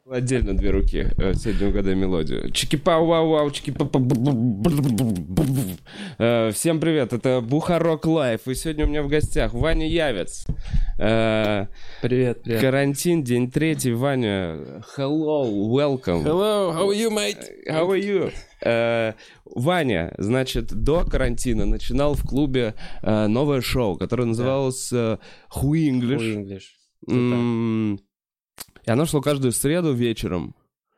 Отдельно две руки. Сегодня угадай мелодию. Чики-пау-вау-вау, Всем привет, это Бухарок Лайф. И сегодня у меня в гостях Ваня Явец. Привет. Карантин, день 3. Ваня, hello, welcome. Hello, how are you, mate? How are you? Ваня, значит, до карантина начинал в клубе новое шоу, которое называлось Who English. И оно шло каждую среду вечером.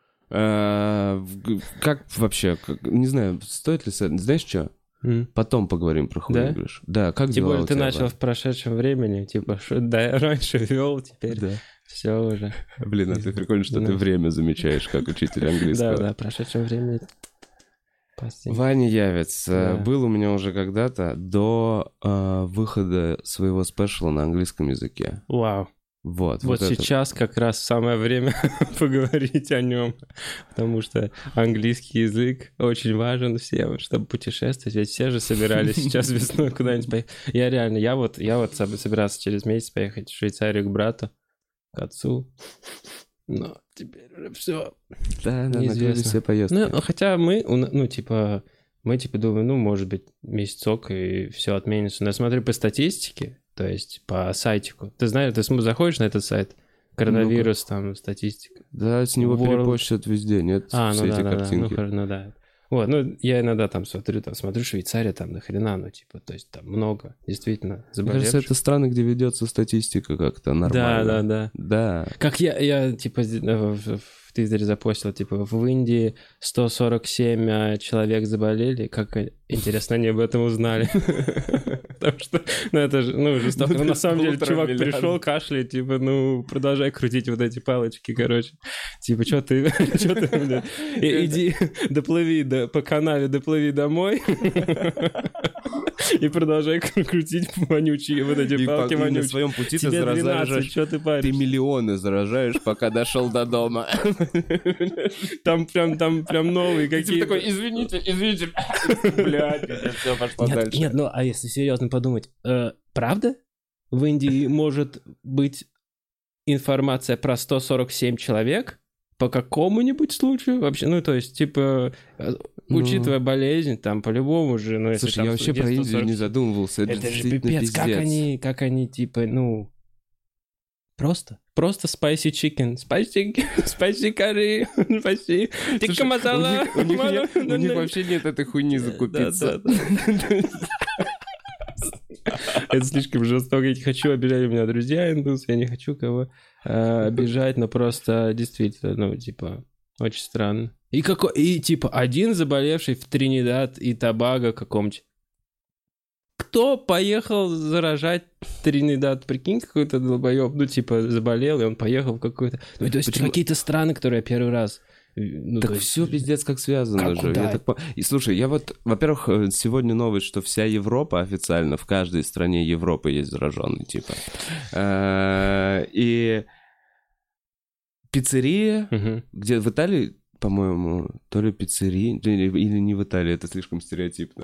Как вообще? Не знаю, стоит ли... Знаешь что? Потом поговорим про Who English. Да, как тем дела более у ты тебя, начал в прошедшем времени. Типа, да, раньше вел, теперь все уже. Блин, а ты прикольно, что ты время замечаешь, как учитель английского. Да, в прошедшем времени. Ваня Явец был у меня уже когда-то до выхода своего спешала на английском языке. Вау. Вот сейчас как раз самое время поговорить о нем, потому что английский язык очень важен всем, чтобы путешествовать, ведь все же собирались сейчас весной куда-нибудь поехать. Я вот собирался через месяц поехать в Швейцарию к брату, к отцу, но теперь уже все неизвестно. Все поездки. Ну, хотя мы думаем, может быть, месяцок и все отменится. Но я смотрю по статистике, то есть по сайтику. Ты знаешь, ты заходишь на этот сайт, коронавирус, там, статистика. Да, с него перепостят везде, нет? Все эти картинки. Да. Вот, я иногда там смотрю Швейцария, там, нахрена, то есть там много, действительно, заболевших. Мне кажется, это страны, где ведется статистика как-то нормально. Да. Как я в Твиттере запостил, в Индии 147 человек заболели, как интересно, они об этом узнали. Потому что, это же, жестоко. На самом деле, чувак пришел, кашляет, продолжай крутить вот эти палочки, короче. Что ты, блядь, иди, по канале доплыви домой и продолжай крутить вонючие вот эти палки вонючие. И на своем пути ты заражаешь, ты миллионы заражаешь, пока дошел до дома. Там прям новые какие-то. Ты такой, извините. Блядь, все пошло дальше. Нет, а если серьезно подумать, правда? В Индии может быть информация про 147 человек по какому-нибудь случаю вообще? Учитывая болезнь, там по-любому же... Слушай, я вообще про Индию не задумывался. Это же пипец. Как они Просто spicy chicken, spicy curry, spicy tikka masala. У них вообще нет этой хуйни закупиться. Это слишком жестоко. Я не хочу обижать, у меня друзья индусы, я не хочу кого обижать, но просто действительно, очень странно. И один заболевший в Тринидад и Тобаго каком-нибудь. Кто поехал заражать Тринидад? Прикинь, какой-то долбоёб, заболел, и он поехал в какой-то... то есть какие-то страны, которые я первый раз... Так все пиздец как связано же. И слушай, во-первых, сегодня новость, что вся Европа официально, в каждой стране Европы есть зараженный, И пиццерия, где в Италии, по-моему, то ли пиццерия, или не в Италии, это слишком стереотипно.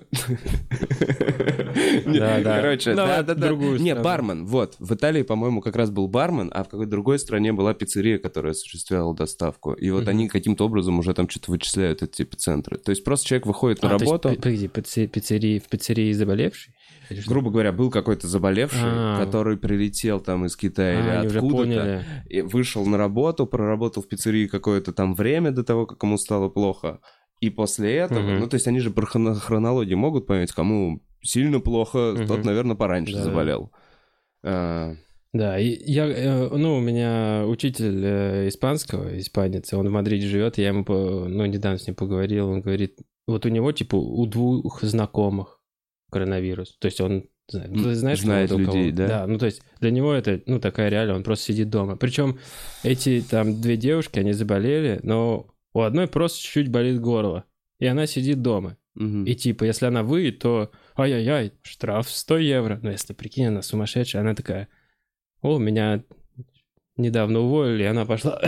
Короче, да. Не, бармен, в Италии, по-моему, как раз был бармен, а в какой-то другой стране была пиццерия, которая осуществляла доставку. И они каким-то образом уже там что-то вычисляют эти эпицентры. То есть просто человек выходит на работу... Погоди, в пиццерии заболевший? Грубо говоря, был какой-то заболевший, который прилетел там из Китая или откуда-то, и вышел на работу, проработал в пиццерии какое-то там время до того, как ему стало плохо. И после этого, то есть они же по хронологии могут понять, кому сильно плохо, тот, наверное, пораньше заболел. Да, у меня учитель испанского, испанец, он в Мадриде живет, я ему недавно с ним поговорил, он говорит, вот у него, у 2 знакомых коронавирус. То есть он знает людей, да? Да, то есть для него это, такая реально, он просто сидит дома. Причем эти 2 девушки, они заболели, но у одной просто чуть-чуть болит горло, и она сидит дома. И если она выйдет, то ай-яй-яй, штраф 100 евро. Но если, прикинь, она сумасшедшая, она такая, меня недавно уволили, и она пошла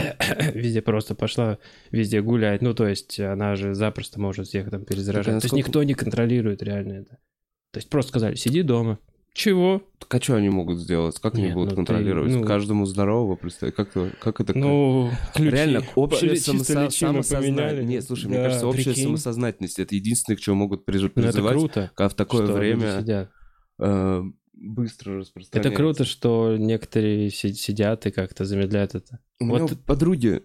везде гулять. То есть она же запросто может всех там перезаражать. То есть никто не контролирует реально это. То есть просто сказали, сиди дома. Чего? Так а что они могут сделать? Как они будут контролировать? Каждому здорового представить? Как это? Ну, ключи. Реально, общее самосознание. Нет, слушай, мне кажется, общая самосознательность — это единственное, к чему могут призывать, когда в такое время быстро распространяется. Это круто, что некоторые сидят и как-то замедляют это. У меня у подруги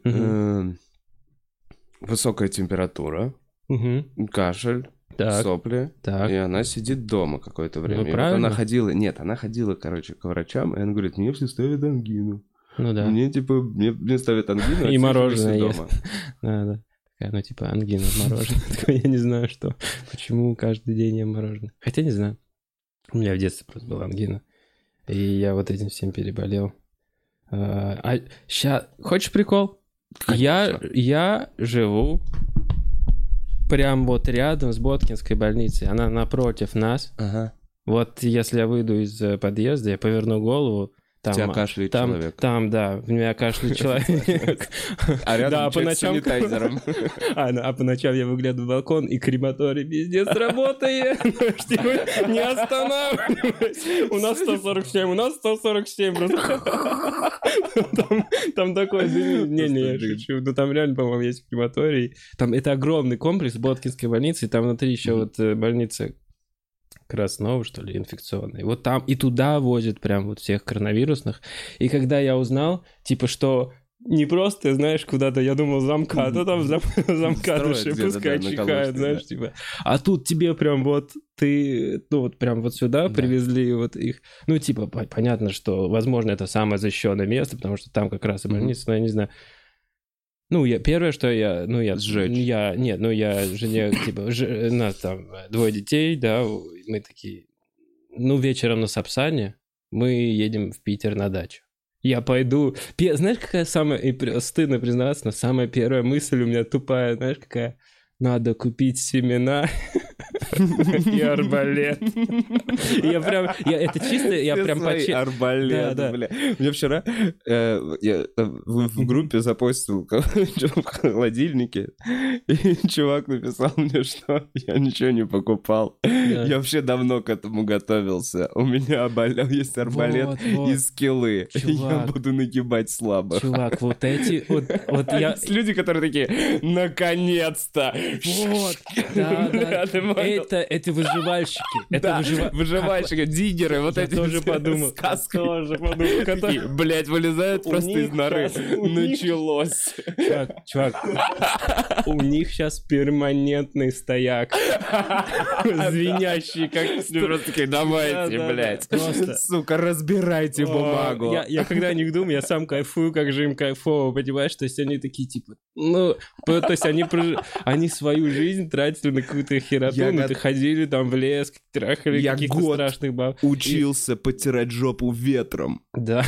высокая температура, кашель, сопли, и она сидит дома какое-то время. Ну, правильно. Вот она ходила, короче, к врачам, и она говорит, мне все ставят ангину. Ну да. Мне ставят ангину, и мороженое дома. Да. Ну, типа ангина, мороженое. Я не знаю, почему каждый день ем мороженое. Хотя не знаю. У меня в детстве просто была ангина. И я вот этим всем переболел. Сейчас, хочешь прикол? Я живу прям вот рядом с Боткинской больницей. Она напротив нас. Ага. Вот если я выйду из подъезда, я поверну голову, там, у тебя кашляет человек. Там, да, у меня кашляет человек. А рядом человек с санитайзером. А по ночам я выглядываю в балкон, и крематорий пиздец работает. Не останавливайся. У нас 147 просто. Там такой... Не, я шучу. Ну там реально, по-моему, есть крематорий. Там это огромный комплекс Боткинской больницы, и там внутри еще вот больница Краснова, что ли, инфекционной. Вот там и туда возят прям вот всех коронавирусных. И когда я узнал, типа, что не просто, знаешь, куда-то, я думал, замка, то там замка души, пускай чихают, знаешь, типа. А тут тебе прям вот ты, ну вот прям вот сюда привезли вот их. Ну, типа, понятно, что, возможно, это самое защищенное место, потому что там как раз и больница, но я не знаю. Ну, первое, что я сжечь. Я жене, типа, у нас там 2 детей, да, мы такие, вечером на Сапсане мы едем в Питер на дачу. Я пойду, знаешь, какая самая, стыдно признаться, но самая первая мысль у меня тупая, знаешь, какая? Надо купить семена и арбалет. Я прям почти... Арбалет, бля. Мне вчера я в группе запостил в холодильнике, и чувак написал мне, что я ничего не покупал. Я вообще давно к этому готовился. У меня есть арбалет и скиллы. Я буду нагибать слабых. Чувак, вот эти... Есть люди, которые такие, наконец-то! Вот, да. Это выживальщики. Это выживальщики, диггеры, вот эти. Я тоже подумал. Блять, вылезают просто из норы. Началось. Чувак, у них сейчас перманентный стояк. Звенящий, как... Просто такие, давайте, блять. Сука, разбирайте бумагу. Я когда о них думаю, я сам кайфую, как же им кайфово, понимаешь? То есть они такие, типа, то есть они свою жизнь тратили на какую-то хероту, ходили там в лес, трахали каких-то страшных баб. Учился потирать жопу ветром. Да.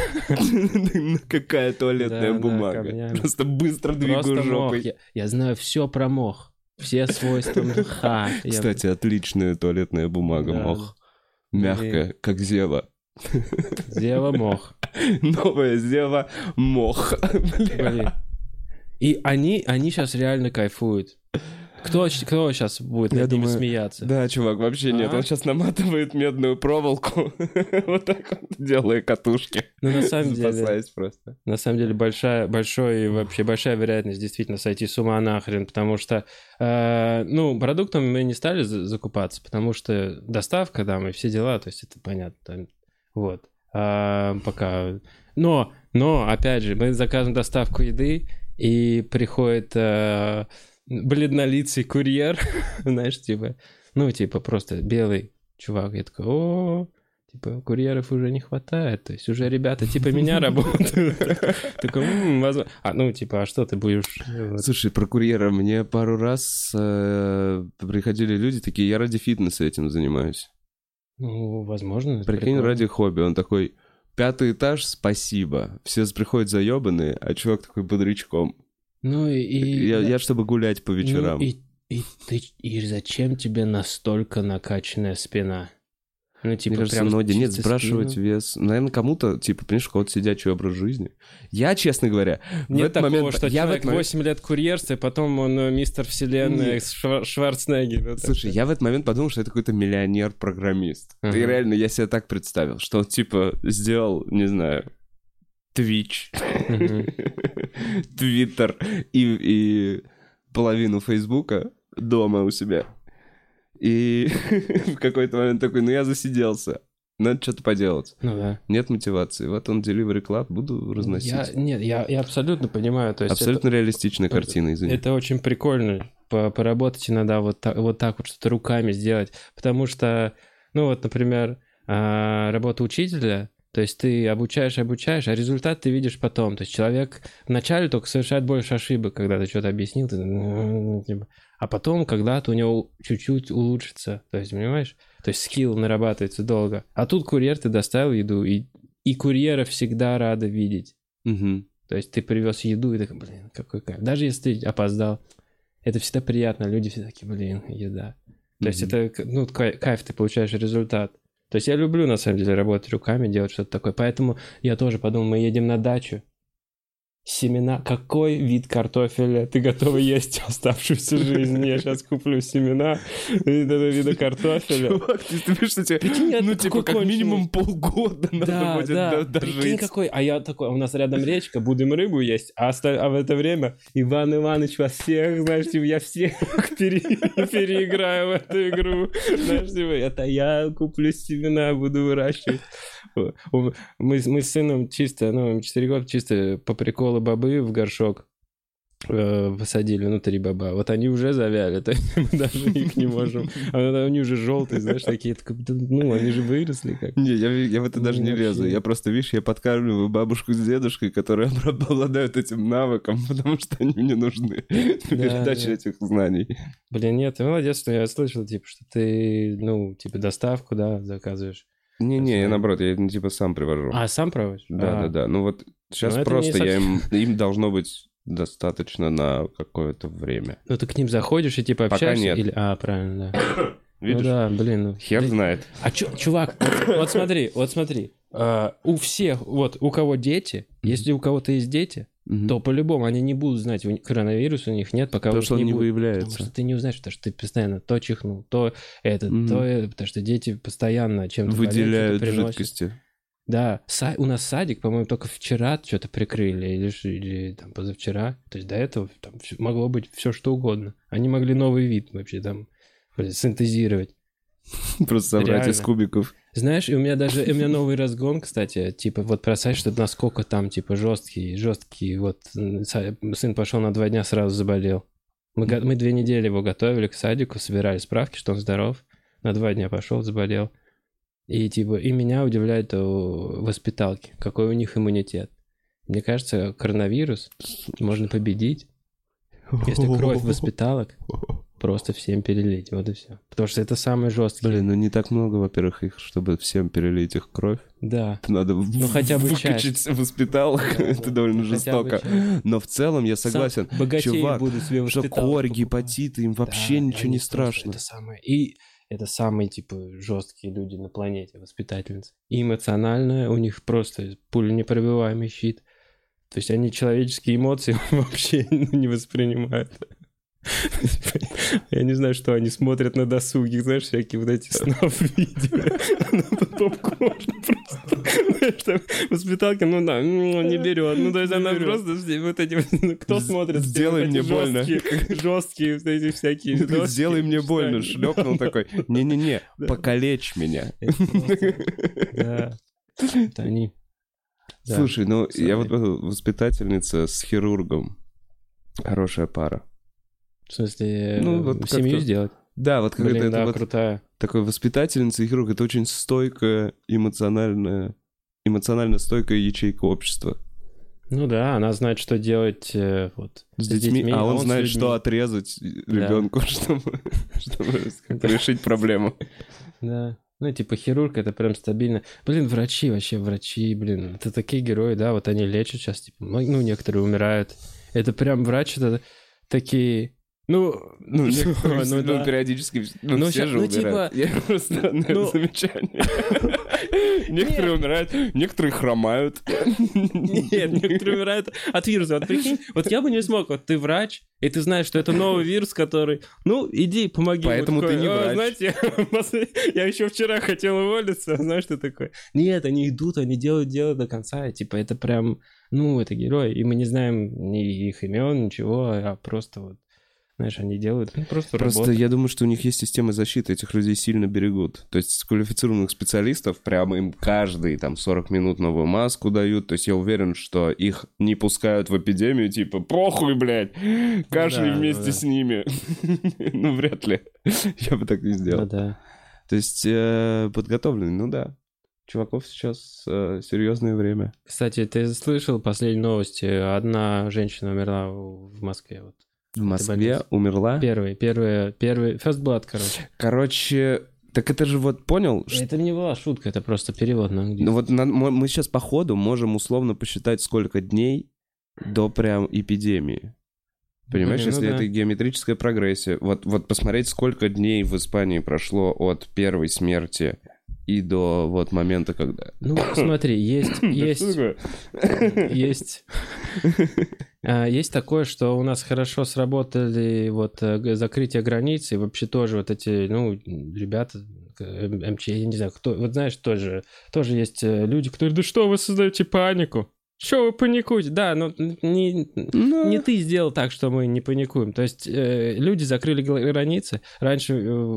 Какая туалетная бумага. Просто быстро двигаю жопой. Я знаю все про мох. Все свойства мха. Кстати, отличная туалетная бумага, мох. Мягкая, как Зева. Зева мох. Новая Зева мох. Блин. И они сейчас реально кайфуют. Кто сейчас будет над ними смеяться? Да, чувак, вообще нет. Он сейчас наматывает медную проволоку, вот так вот делая катушки. Ну, на самом деле... Спасаясь просто. На самом деле, большая вероятность действительно сойти с ума нахрен, потому что, продуктами мы не стали закупаться, потому что доставка, да, и все дела, то есть это понятно. Вот. Пока... Но, опять же, мы заказываем доставку еды, и приходит бледнолицый курьер, знаешь, типа просто белый чувак. Я такой, курьеров уже не хватает, то есть уже ребята типа меня работают. Такой, возможно. А что ты будешь... Слушай, про курьера мне пару раз приходили люди такие, я ради фитнеса этим занимаюсь. Ну, возможно. Прикинь, ради хобби. Он такой, 5-й этаж, спасибо. Все приходят заебанные, а чувак такой бодрячком. Ну и... Я чтобы гулять по вечерам. И зачем тебе настолько накачанная спина? Ну, типа, мне кажется, прям ноги. Нет, чисто сбрасывать спину. вес. Наверное, кому-то, типа, понимаешь, у кого-то сидячий образ жизни. Я, честно говоря, Нет в этот такого, момент... что человек 8 лет курьерство, и потом он мистер вселенной Шварценеггер. Вот Слушай, я в этот момент подумал, что это какой-то миллионер-программист. И реально, я себе так представил, что он, типа, сделал, не знаю, Twitch, Twitter и половину Фейсбука дома у себя. И в какой-то момент такой, ну я засиделся, надо что-то поделать. Ну да. Нет мотивации. Вот он Delivery Club, буду разносить. Я абсолютно понимаю. То есть абсолютно реалистичная картина, извини. Это очень прикольно. Поработать иногда вот так вот что-то руками сделать. Потому что, ну вот, например, работа учителя, то есть ты обучаешь, а результат ты видишь потом. То есть человек вначале только совершает больше ошибок, когда ты что-то объяснил, а потом когда-то у него чуть-чуть улучшится. То есть, понимаешь? То есть скилл нарабатывается долго. А тут курьер, ты доставил еду, и курьера всегда рады видеть. Угу. То есть ты привез еду, и такой, блин, какой кайф. Даже если ты опоздал, это всегда приятно. Люди все такие, блин, еда. То есть это, ну, кайф, ты получаешь результат. То есть я люблю, на самом деле, работать руками, делать что-то такое. Поэтому я тоже подумал, мы едем на дачу. Семена. Какой вид картофеля ты готова есть оставшуюся жизнь? Я сейчас куплю семена этого вида картофеля. Чувак, ты думаешь, что тебе, ну, типа, как минимум полгода надо будет дожить. Прикинь, какой. А я такой, у нас рядом речка, будем рыбу есть, а в это время Иван Иванович вас всех, знаешь, типа, я всех переиграю в эту игру. Знаешь, типа, это я куплю семена, буду выращивать. Мы с сыном чисто, 4 года чисто по приколу бобы в горшок посадили внутри боба. Вот они уже завяли, то есть мы даже их не можем. Они уже желтые, знаешь, такие, ну, они же выросли как. Не, я в это даже не лезу. Я просто, видишь, я подкармливаю бабушку с дедушкой, которые обладают этим навыком, потому что они мне нужны для передачи этих знаний. Блин, нет, ты молодец, что я слышал, типа, что ты, ну, типа, доставку, да, заказываешь. Не, я наоборот, я типа сам привожу. А, сам проводишь? Да. Ну вот сейчас просто им должно быть достаточно на какое-то время. Ну ты к ним заходишь и типа общаешься? Пока нет. Или... А, правильно, да. Видишь? Ну да, блин. Хер знает. А чувак, вот смотри. У всех, вот у кого дети, если у кого-то есть дети, то по-любому они не будут знать, коронавирус у них нет, пока потому что он не выявляется. Потому что ты не узнаешь, потому что ты постоянно то чихнул, то это, потому что дети постоянно чем-то выделяют жидкости. Да, у нас садик, по-моему, только вчера что-то прикрыли, или там позавчера. То есть до этого там могло быть все что угодно. Они могли новый вид вообще там синтезировать. Просто собрать из кубиков. Знаешь, у меня новый разгон, кстати, типа вот про сайт, что насколько там типа жесткий, вот сын пошел на 2 дня, сразу заболел. Мы 2 недели его готовили к садику, собирали справки, что он здоров, на 2 дня пошел, заболел. И типа и меня удивляет воспиталки, какой у них иммунитет. Мне кажется, коронавирус можно победить, если кровь воспиталок просто всем перелить, вот и все. Потому что это самое жесткое. Блин, ну не так много, во-первых, их, чтобы всем перелить их кровь. Да. Надо хотя бы выкачать воспиталок, это довольно жестоко. Но в целом я согласен, чувак, что кор, гепатиты, им вообще ничего не страшно. Это самое. И это самые, типа, жесткие люди на планете, воспитательницы. И эмоционально у них просто пуленепробиваемый щит. То есть они человеческие эмоции вообще не воспринимают. Я не знаю, что они смотрят на досуге, знаешь, всякие вот эти сноп-видео. Попкорн просто. Воспиталки, ну да, не берет. Ну, то есть она просто вот эти... Кто смотрит? Сделай мне больно. Жесткие вот эти всякие видосы. Сделай мне больно. Шлепнул такой. Не-не-не, покалечь меня. Да. Это они. Слушай, ну я вот воспитательница с хирургом. Хорошая пара. В смысле, семью сделать? Да, вот как это вот крутая. Такой воспитательница и хирург. Это очень стойкая, эмоционально стойкая ячейка общества. Ну да, она знает, что делать вот, с детьми, а он знает, что отрезать ребенку, чтобы решить проблему. Да. Ну, типа, хирург, это прям стабильно. Блин, врачи, блин, это такие герои, да, вот они лечат сейчас, типа, ну, некоторые умирают. Это прям врач, это такие... периодически, все же умирают. Типа... Странное замечание. Некоторые умирают, некоторые хромают. Нет, некоторые умирают от вируса. Вот прикинь, вот я бы не смог, вот ты врач, и ты знаешь, что это новый вирус, который... иди, помоги. Поэтому ты не врач. Знаете, я еще вчера хотел уволиться, знаешь, что такое? Нет, они идут, они делают дело до конца, и типа это прям, это герои, и мы не знаем ни их имен, ничего, а просто вот, знаешь, они делают просто работу. Я думаю, что у них есть система защиты, этих людей сильно берегут. То есть квалифицированных специалистов прямо им каждые 40 минут новую маску дают. То есть я уверен, что их не пускают в эпидемию, типа, похуй, блядь, кашляй вместе с ними. Вряд ли. Я бы так не сделал. Да. То есть подготовленный, да. Чуваков сейчас серьезное время. Кстати, ты слышал последние новости? Одна женщина умерла в Москве, вот. В Москве умерла? Первый. First Blood, короче. Короче, так это же вот, понял? Это не была шутка, это просто перевод на английский. Мы сейчас по ходу можем условно посчитать, сколько дней до прям эпидемии. Понимаешь, если это геометрическая прогрессия. Вот посмотреть, сколько дней в Испании прошло от первой смерти и до вот момента, когда... Смотри, есть такое, что у нас хорошо сработали вот закрытие границ, и вообще тоже вот эти, ребята, МЧ, я не знаю, кто, вот знаешь, тоже есть люди, которые, да что вы создаете панику? Что вы паникуете? Да, не ты сделал так, что мы не паникуем. То есть люди закрыли границы. Раньше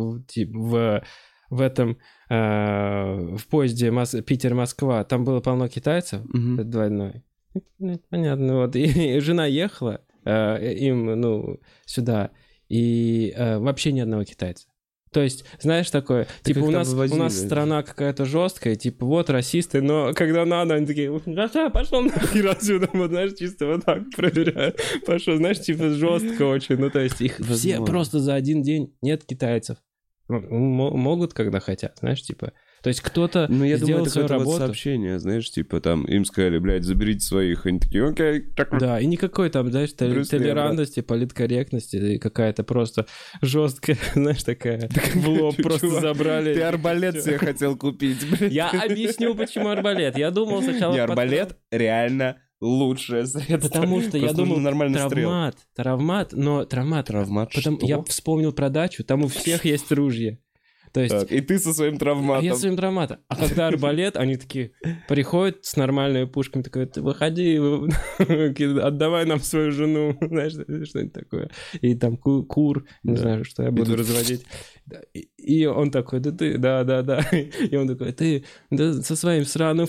в этом в поезде Питер-Москва там было полно китайцев, двойной. Понятно, вот. И жена ехала им, сюда, и вообще ни одного китайца. То есть, знаешь, такое, типа у нас страна какая-то жесткая, типа вот расисты, но когда надо, они такие, пошел нахер отсюда, вот, знаешь, чисто вот так проверяют. Пошел, знаешь, типа жестко очень, то есть их все просто за один день нет китайцев. Могут, когда хотят, знаешь, типа... То есть кто-то я сделал думаю, это свою работу. Вот сообщение, знаешь, типа там им сказали, блядь, заберите своих, они такие, окей. Да, и никакой там, знаешь, толерантности, политкорректности, какая-то просто жесткая, знаешь, такая в лоб просто забрали. Ты арбалет себе хотел купить, блядь. Я объясню, почему арбалет. Я думал сначала... Не, арбалет реально лучшее средство. Потому что я думал, травмат. Я вспомнил про дачу, там у всех есть ружья. То есть, так, и ты со своим травматом. Я со своим травматом. А когда арбалет, они такие приходят с нормальными пушками, такой, ты выходи, отдавай нам свою жену, знаешь, что-нибудь такое. И там кур, не знаю, что я буду разводить. И он такой, да. И он такой, ты со своим сраным...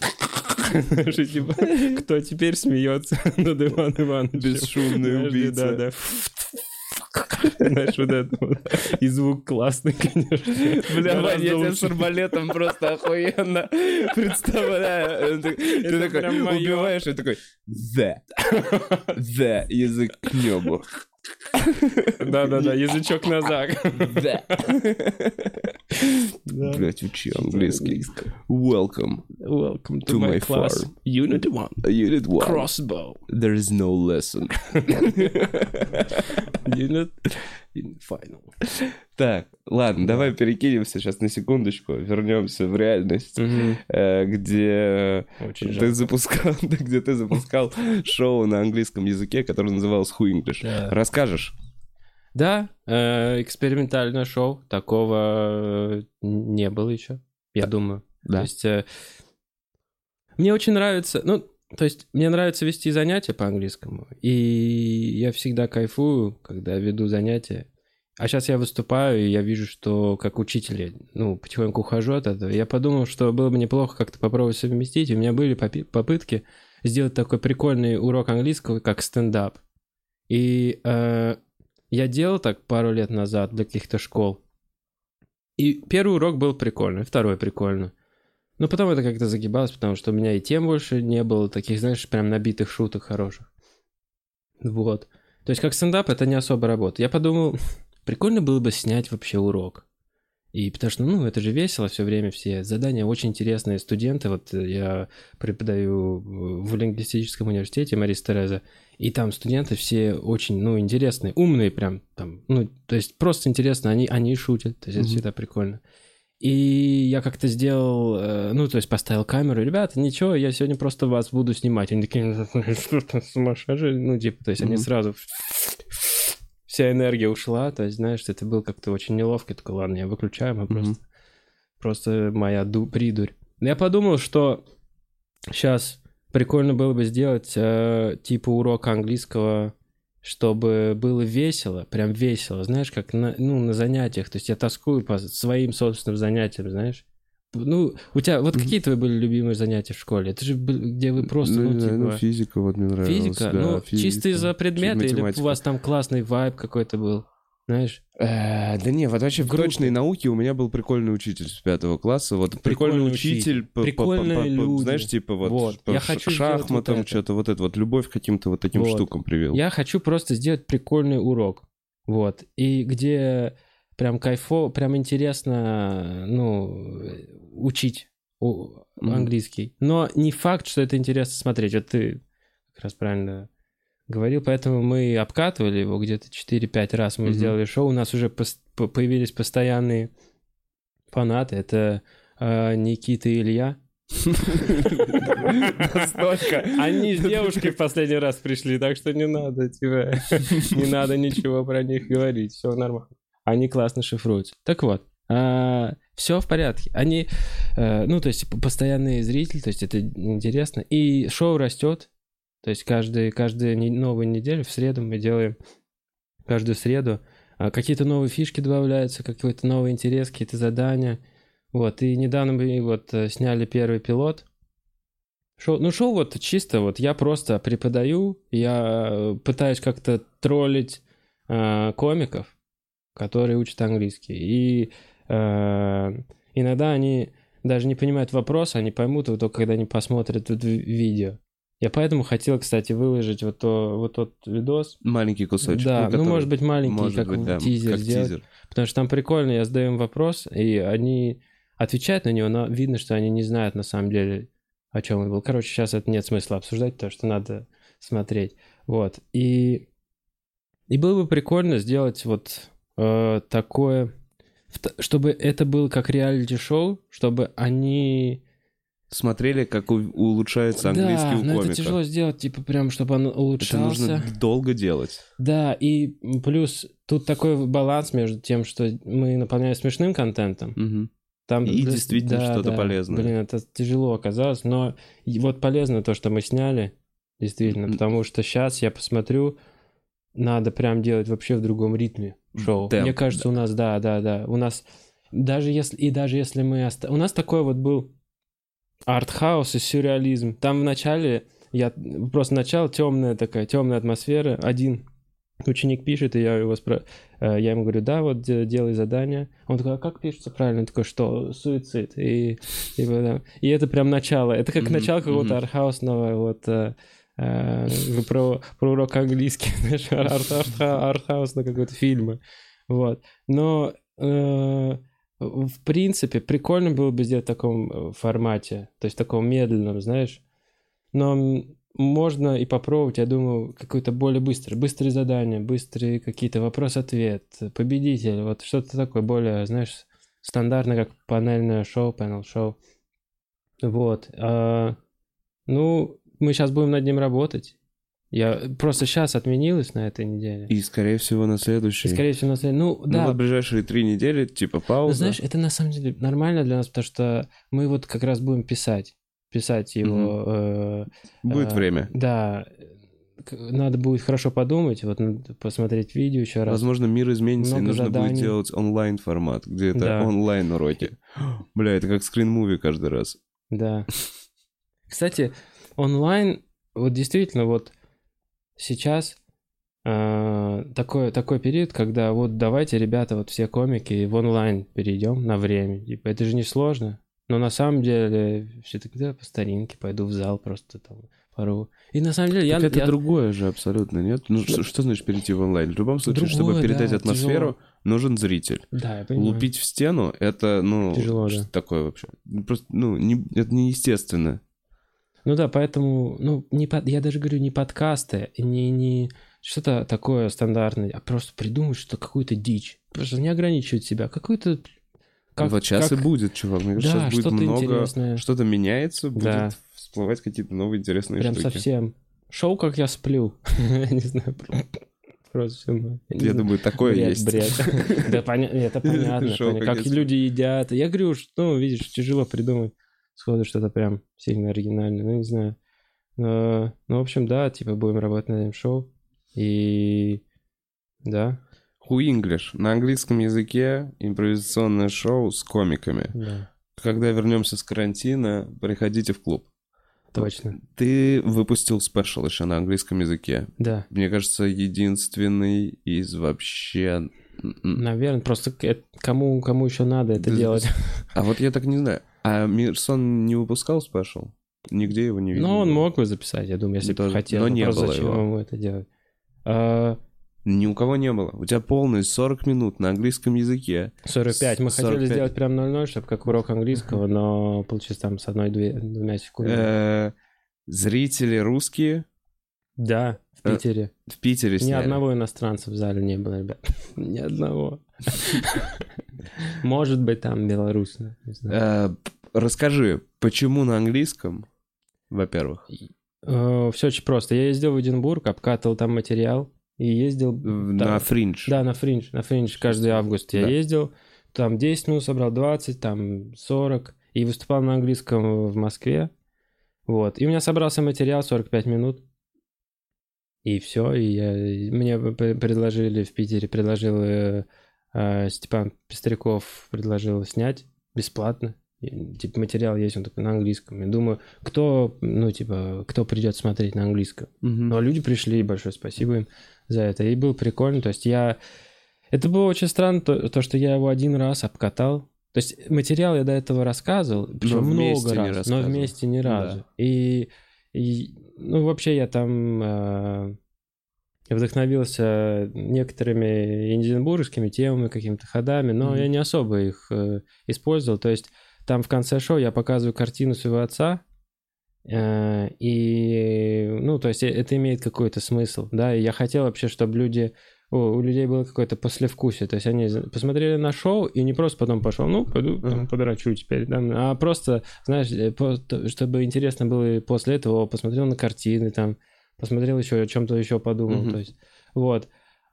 Кто теперь смеется над Иваном Ивановичем? Бесшумный убийца. Да. Знаешь, вот это вот. И звук классный, конечно. Бля, Вань, я тебя с арбалетом просто охуенно представляю. Ты такой убиваешь, и такой the язык к небу. Да, язычок назад. Блять, учи английский. Welcome to my class. farm. Unit 1. Unit 1. Crossbow. There is no lesson. Unit final. Так, ладно, давай перекинемся сейчас на секундочку, вернемся в реальность, где ты запускал шоу на английском языке, которое называлось Who English. Расскажешь? Да, экспериментальное шоу, такого не было еще, я думаю. Да. То есть мне очень нравится, мне нравится вести занятия по английскому, и я всегда кайфую, когда веду занятия. А сейчас я выступаю, и я вижу, что как учитель, потихоньку ухожу от этого. Я подумал, что было бы неплохо как-то попробовать совместить. И у меня были попытки сделать такой прикольный урок английского, как стендап. И я делал так пару лет назад для каких-то школ. И первый урок был прикольный, второй прикольный. Но потом это как-то загибалось, потому что у меня и тем больше не было таких, знаешь, прям набитых шуток хороших. Вот. То есть как стендап это не особо работа. Я подумал... Прикольно было бы снять вообще урок. И потому что, ну, это же весело все время, все задания очень интересные. Студенты, вот я преподаю в лингвистическом университете Марис Тереза, и там студенты все очень, ну, интересные, умные прям там, ну, то есть просто интересно, они шутят, то есть это всегда прикольно. И я как-то сделал, ну, то есть поставил камеру, ребята, ничего, я сегодня просто вас буду снимать. Они такие, что-то сумасшедшие, ну, типа, то есть они сразу... Вся энергия ушла, то есть, знаешь, это было как-то очень неловко. Я такой, ладно, я выключаю, просто моя придурь. Я подумал, что сейчас прикольно было бы сделать типа урок английского, чтобы было весело, прям весело, знаешь, как на занятиях. То есть я тоскую по своим собственным занятиям, знаешь. Ну, у тебя, вот какие твои были любимые занятия в школе? Это же где вы просто, типа... физика вот мне нравилась. Физика? Да, ну, физика. Чисто из-за предмета, или у вас там классный вайб какой-то был, знаешь? Да не, вот вообще в точной науке у меня был прикольный учитель с 5 класса. Вот прикольный учитель, прикольные люди. Знаешь, типа вот я хочу шахматам, вот что-то вот это вот, любовь к каким-то вот таким штукам привил. Я хочу просто сделать прикольный урок, вот, и где... Прям кайфово, прям интересно, ну, учить английский. Но не факт, что это интересно смотреть. Вот ты как раз правильно говорил, поэтому мы обкатывали его где-то 4-5 раз. Мы сделали шоу, у нас уже появились постоянные фанаты. Это Никита и Илья. Настолько. Они с девушкой в последний раз пришли, так что не надо, типа, не надо ничего про них говорить, все нормально. Они классно шифруются. Так вот, все в порядке. Они, ну, то есть, постоянные зрители, то есть, это интересно. И шоу растет. То есть, каждую новую неделю, в среду мы делаем, каждую среду, какие-то новые фишки добавляются, какой-то новый интерес, какие-то задания. Вот, и недавно мы вот сняли первый пилот. Шоу вот чисто, вот я просто преподаю, я пытаюсь как-то троллить комиков, которые учат английский. И иногда они даже не понимают вопрос, они поймут его только когда они посмотрят это видео. Я поэтому хотел, кстати, выложить вот тот видос. Маленький кусочек. Да, ну, может быть, маленький, может как быть, да, тизер как сделать. тизер. Потому что там прикольно, я задаю им вопрос, и они отвечают на него, но видно, что они не знают на самом деле, о чем он был. Короче, сейчас это нет смысла обсуждать, потому что надо смотреть. Вот. И было бы прикольно сделать вот такое, чтобы это было как реалити-шоу, чтобы они... Смотрели, как улучшается английский у комика. Да, но это тяжело сделать, типа, прям, чтобы он улучшался. Это нужно долго делать. Да, и плюс тут такой баланс между тем, что мы наполняем смешным контентом. Угу. Там, и действительно что-то полезное. Блин, это тяжело оказалось, но вот полезно то, что мы сняли, действительно, потому что сейчас я посмотрю, надо прям делать вообще в другом ритме шоу. Темп, мне кажется, у нас, да, у нас, даже если мы... У нас такой вот был артхаус и сюрреализм. Там в начале, начало, темная атмосфера. Один ученик пишет, и я ему говорю, да, вот делай задание. Он такой, а как пишется правильно? Он такой, что? Суицид. И это прям начало. Это как начало какого-то артхаусного вот... про урок английский, знаешь, артхаус на какой-то фильм. Вот. Но в принципе прикольно было бы сделать в таком формате, то есть в таком медленном, знаешь. Но можно и попробовать, я думаю, какое-то более быстрые задания, быстрые какие-то вопрос-ответ, победитель, вот что-то такое более, знаешь, стандартное, как панельное шоу, панел-шоу. Вот. Ну, мы сейчас будем над ним работать. Я просто сейчас отменилась на этой неделе. И, скорее всего, на следующей. Ну, да. Вот ближайшие 3 недели, типа, пауза. Ну, знаешь, это на самом деле нормально для нас, потому что мы вот как раз будем писать его. Будет время. Да. Надо будет хорошо подумать, вот посмотреть видео еще раз. Возможно, мир изменится, много и нужно заданий. будет делать онлайн-формат, где это онлайн-уроки. Бля, это как скрин-муви каждый раз. Да. Кстати, онлайн, вот действительно, вот сейчас такой период, когда вот давайте, ребята, вот все комики в онлайн перейдем на время. Типа, это же не сложно. Но на самом деле все таки, да, по старинке пойду в зал просто там пару. И на самом деле это другое же абсолютно, нет? Ну, что значит перейти в онлайн? В любом случае, чтобы передать атмосферу, нужен зритель. Да, я понимаю. Лупить в стену, это, тяжело, что такое вообще? Просто, это неестественно. Ну да, поэтому, я даже говорю, не подкасты, не что-то такое стандартное, а просто придумать что-то, какую-то дичь. Просто не ограничивать себя, какую-то... Вот сейчас и будет, чувак. Мне кажется, сейчас будет много... Интересное. Что-то меняется, будет всплывать какие-то новые интересные прям штуки. Прям совсем. Шоу, как я сплю. Я не знаю, просто... Я думаю, такое есть. Бред. Да, это понятно. Как люди едят. Я говорю, что, видишь, тяжело придумать сходу что-то прям сильно оригинальное. Ну, не знаю. Ну, в общем, да, типа будем работать над этим шоу. И... Да. Who English? На английском языке импровизационное шоу с комиками. Да. Когда вернемся с карантина, приходите в клуб. Точно. Ты выпустил спешл еще на английском языке. Да. Мне кажется, единственный из вообще... Наверное, просто кому еще надо это делать. А вот я так не знаю. А Мирсон не выпускал спешл? Нигде его не видел? Ну, он мог бы записать, я думаю, если бы хотел. Но не было зачем его. Ему это делать? Ни у кого не было. У тебя полные 40 минут на английском языке. 45. Мы хотели сделать прям 0-0, чтобы как урок английского, но получилось там с 1-2 секундами. Зрители русские? Да, в Питере. В Питере сняли. Ни одного иностранца в зале не было, ребят. Ни одного. Может быть, там белорусы. Расскажи, почему на английском, во-первых? Все очень просто. Я ездил в Эдинбург, обкатывал там материал. И ездил... На Фриндж. Да, на Фриндж каждый август я ездил. Там 10 минут собрал, 20, там 40. И выступал на английском в Москве. Вот. И у меня собрался материал 45 минут. И все. И мне предложили в Питере, Степан Пестряков предложил снять бесплатно. И, типа, материал есть, он такой на английском. Я думаю, кто придет смотреть на английском? Ну, а люди пришли, и большое спасибо им за это. И было прикольно. То есть это было очень странно, то, что я его один раз обкатал. То есть материал я до этого рассказывал, причем много раз, но вместе ни разу. Да. И вообще я там вдохновился некоторыми эдинбургскими темами, какими-то ходами, но я не особо их использовал. То есть там в конце шоу я показываю картину своего отца, и, то есть это имеет какой-то смысл, да, и я хотел вообще, чтобы у людей было какое-то послевкусие, то есть они посмотрели на шоу и не просто потом пошел, пойду там, подрачу теперь, да, а просто, знаешь, чтобы интересно было и после этого посмотрел на картины, там, посмотрел еще о чем-то еще подумал, то есть, вот,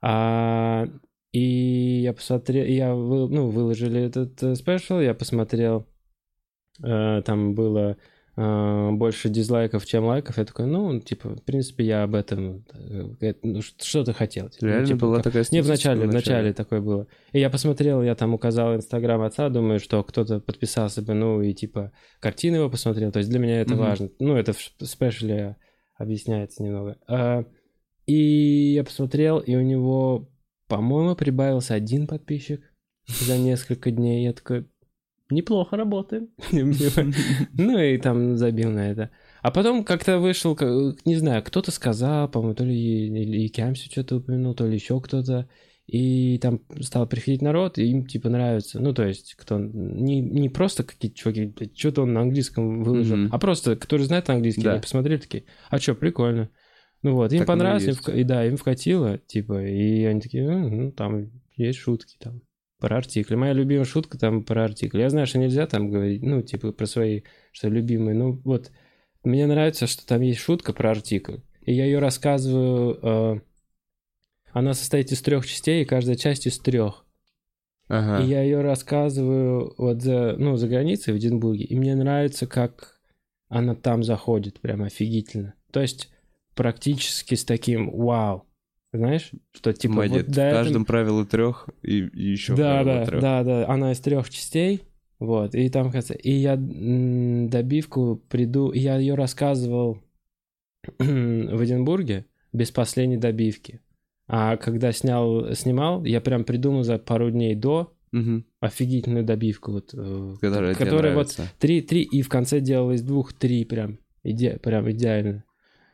и я посмотрел, выложили этот спешл, я посмотрел, там было больше дизлайков, чем лайков. Я такой, в принципе, я об этом... что ты хотел? Реально была такая статистика? Не, в начале такое было. И я посмотрел, я там указал Инстаграм отца, думаю, что кто-то подписался бы, картины его посмотрел. То есть для меня это важно. Это в спешле объясняется немного. И я посмотрел, и у него, по-моему, прибавился 1 подписчик за несколько дней. Я такой... Неплохо работаем. И там забил на это. А потом как-то вышел, не знаю, кто-то сказал, по-моему, то ли Кямси что-то упомянул, то ли еще кто-то. И там стал приходить народ, и им типа нравится. То есть, кто не просто какие-то чуваки, что-то он на английском выложил, а просто, которые знают английский, они посмотрели такие, а что, прикольно. Им понравилось, им вкатило, типа, и они такие, там есть шутки там. Про артикли. Моя любимая шутка там про артикли. Я знаю, что нельзя там говорить, про свои, что любимые. Мне нравится, что там есть шутка про артикль. И я ее рассказываю. Она состоит из 3 частей, и каждая часть из 3. Ага. И я ее рассказываю за границей в Эдинбурге. И мне нравится, как она там заходит. Прям офигительно. То есть практически с таким вау. Знаешь, что типа... Молодец, в каждом правило 3 и еще правило 3. Да, она из 3 частей, вот, и там, и я добивку я ее рассказывал в Эдинбурге без последней добивки, а когда снимал, я прям придумал за пару дней до офигительную добивку, которая вот 3, и в конце делал из 2-3 прям идеально.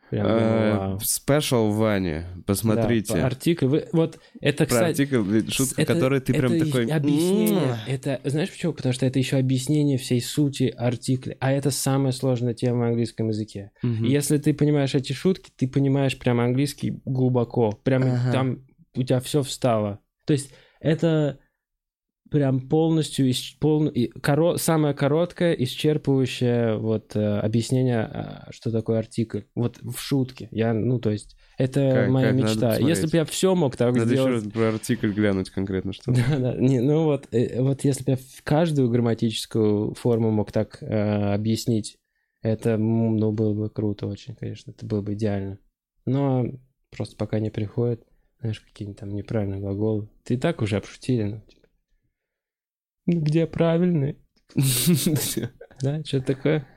Спешл Вани, посмотрите. Да, артикль. Вот это, кстати... Про артикль, шутка, которой ты прям такой... объяснение. Это, знаешь почему? Потому что это еще объяснение всей сути артикля. А это самая сложная тема в английском языке. И если ты понимаешь эти шутки, ты понимаешь прям английский глубоко. Прям там у тебя все встало. То есть это... Прям полностью самое короткое, исчерпывающее объяснение, что такое артикль. Вот в шутке. То есть это моя мечта. Если бы я все мог так надо сделать... Надо еще про артикль глянуть конкретно что-то. Да. Вот если бы я каждую грамматическую форму мог так объяснить, это, было бы круто очень, конечно. Это было бы идеально. Но просто пока не приходит, знаешь, какие-нибудь там неправильные глаголы. Ты и так уже обшутили, где правильный? Да, что такое?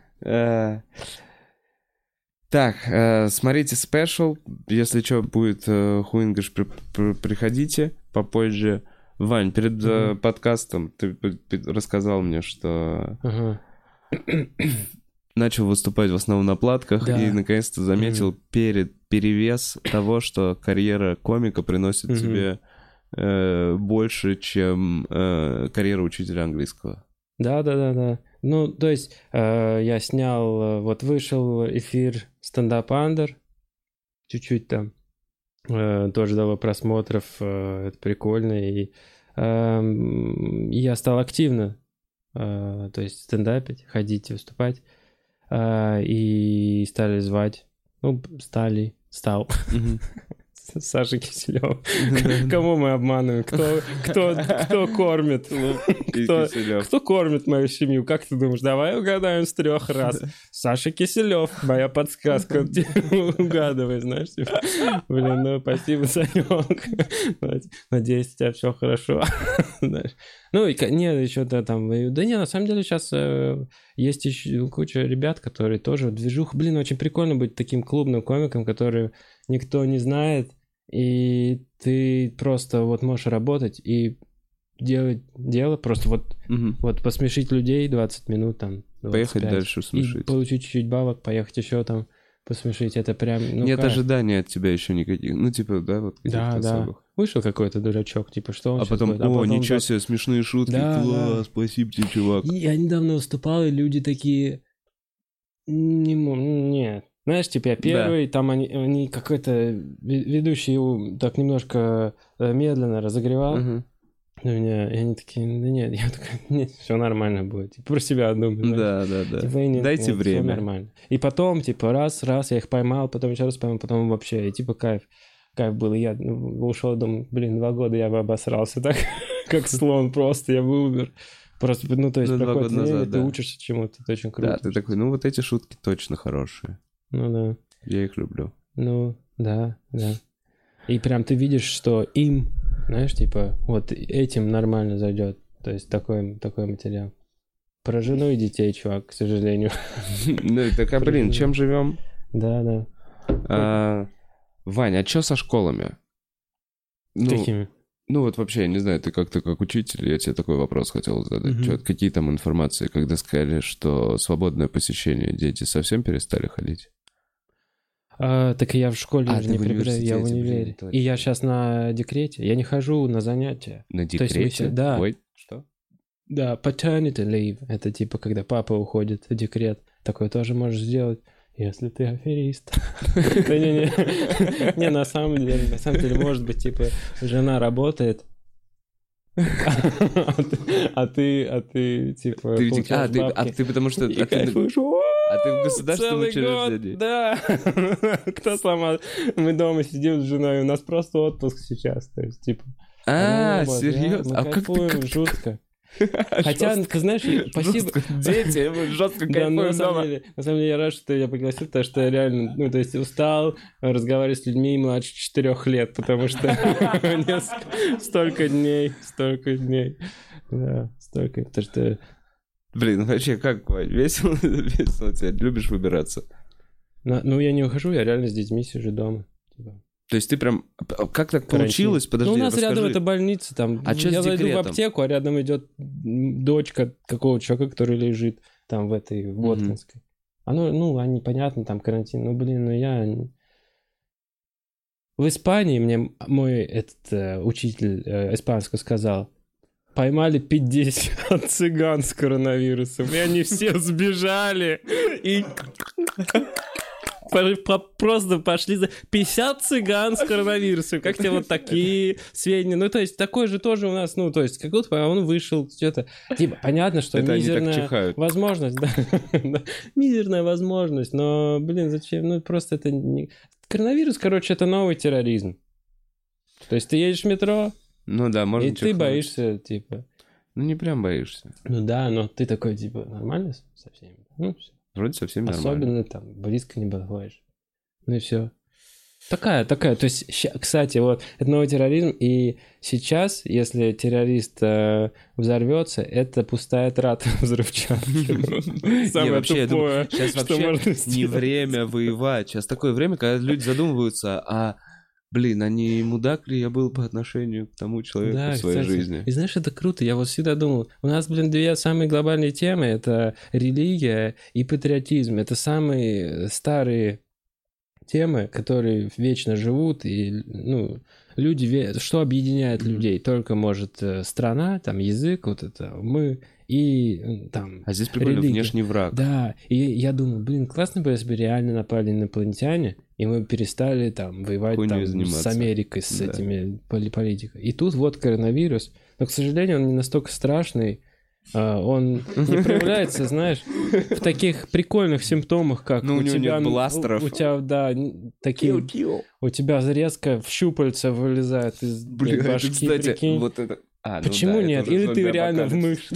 Так, смотрите спешл. Если что, будет хуингаш, приходите попозже. Вань, перед подкастом ты рассказал мне, что начал выступать в основном на платках и наконец-то заметил перевес того, что карьера комика приносит тебе... больше, чем карьера учителя английского. Да. То есть я снял, вышел эфир стендап Андер, чуть-чуть там, тоже дало просмотров, это прикольно, и я стал активно, то есть стендапить, ходить, выступать, и стали звать, стал. Саша Киселёв. Кому мы обманываем? Кто кормит? Кто кормит мою семью? Как ты думаешь? Давай угадаем с 3 раз. Саша Киселёв. Моя подсказка. Угадывай, знаешь. Блин, спасибо, Санёк. Надеюсь, у тебя все хорошо. Еще там... Да не, на самом деле сейчас есть еще куча ребят, которые тоже движуха. Блин, очень прикольно быть таким клубным комиком, который никто не знает, и ты просто можешь работать и делать дело, просто посмешить людей 20 минут там. 25, поехать дальше смешить. И получить чуть-чуть бабок, поехать еще там посмешить, это прям... Нет ожиданий от тебя еще никаких, Да. особых. Вышел какой-то дурачок, что он а потом, будет? Ничего себе, смешные шутки, класс, спасибо тебе, чувак. Я недавно выступал, и люди такие... Нет. Знаешь, я первый, там они какой-то ведущий так немножко медленно разогревал. И они такие, нет, я такой, нет, все нормально будет. Про себя думаю. Да. Дайте время. Все нормально. И потом, раз, я их поймал, потом еще раз поймал, потом вообще, и кайф был. И я ушел, думаю, 2 года я бы обосрался так, как слон просто, я бы умер. Просто, то есть, проходит время, ты учишься чему-то, это очень круто. Да, ты такой, эти шутки точно хорошие. Да. Я их люблю. Да. И прям ты видишь, что им, знаешь, этим нормально зайдет. То есть такой материал. Про жену и детей, чувак, к сожалению. Чем живем? Да. Вань, а что со школами? Какими? Вообще, я не знаю, ты как учитель, я тебе такой вопрос хотел задать. Какие там информации, когда сказали, что свободное посещение дети совсем перестали ходить? Так и я в школе уже не преподаю, я в универе. И я сейчас на декрете, я не хожу на занятия. На декрете? Да. Ой, что? Да, paternity leave, это когда папа уходит в декрет. Такое тоже можешь сделать, если ты аферист. Не, на самом деле, может быть, жена работает, а ты получаешь бабки. А ты потому что... И кайфуешь. А ты в государственном учреждении? Да. Кто сломал? Мы дома сидим с женой, у нас просто отпуск сейчас. То есть, серьезно? Мы кайфуем жутко. Хотя, ты знаешь, спасибо... Дети, мы жестко кайфуем дома. На самом деле, я рад, что я пригласил, потому что я реально, устал разговаривать с людьми младше 4 лет, потому что мне столько дней. Да, столько, потому что... Блин, вообще, как, Вань, весело тебе? Любишь выбираться? Я не ухожу, я реально с детьми сижу дома. То есть ты прям... Как так получилось? Подожди, у нас рядом это больница, там. А что с декретом? Я зайду в аптеку, а рядом идет дочка какого-то человека, который лежит там в Воткинской. они, понятно, там карантин, я... В Испании мне мой учитель испанского сказал, поймали 50 цыган с коронавирусом, и они все сбежали, и просто пошли за 50 цыган с коронавирусом. Как тебе вот такие сведения? То есть, такой же тоже у нас, как будто он вышел, что-то... понятно, что это мизерная возможность, да, мизерная возможность, но, зачем? Просто это не... Коронавирус, это новый терроризм. То есть, ты едешь в метро, можно и ты боишься, не прям боишься. Но ты такой, нормально со всеми? Все. Вроде со всеми нормально. Особенно там близко не подходишь. И все. Такая. То есть, кстати, это новый терроризм, и сейчас, если террорист взорвется, это пустая трата взрывчатки. Самое тупое, сейчас вообще не время воевать. Сейчас такое время, когда люди задумываются, не мудак ли я был по отношению к тому человеку в своей жизни? И знаешь, это круто. Я всегда думал, у нас, две самые глобальные темы — это религия и патриотизм. Это самые старые темы, которые вечно живут, и, люди... Что объединяет людей? Только, может, страна, там, язык, мы и там... А здесь прикольно, внешний враг. Да, и я думаю, классно бы, если бы реально напали инопланетяне, и мы перестали там воевать с Америкой, с этими политикой. И тут коронавирус, но, к сожалению, он не настолько страшный, он не проявляется, знаешь, в таких прикольных симптомах, как у тебя... нет бластеров. У тебя, да, такие... У тебя резко в щупальца вылезает из башки, кстати, прикинь. Это... Почему нет? Или ты реально в мышь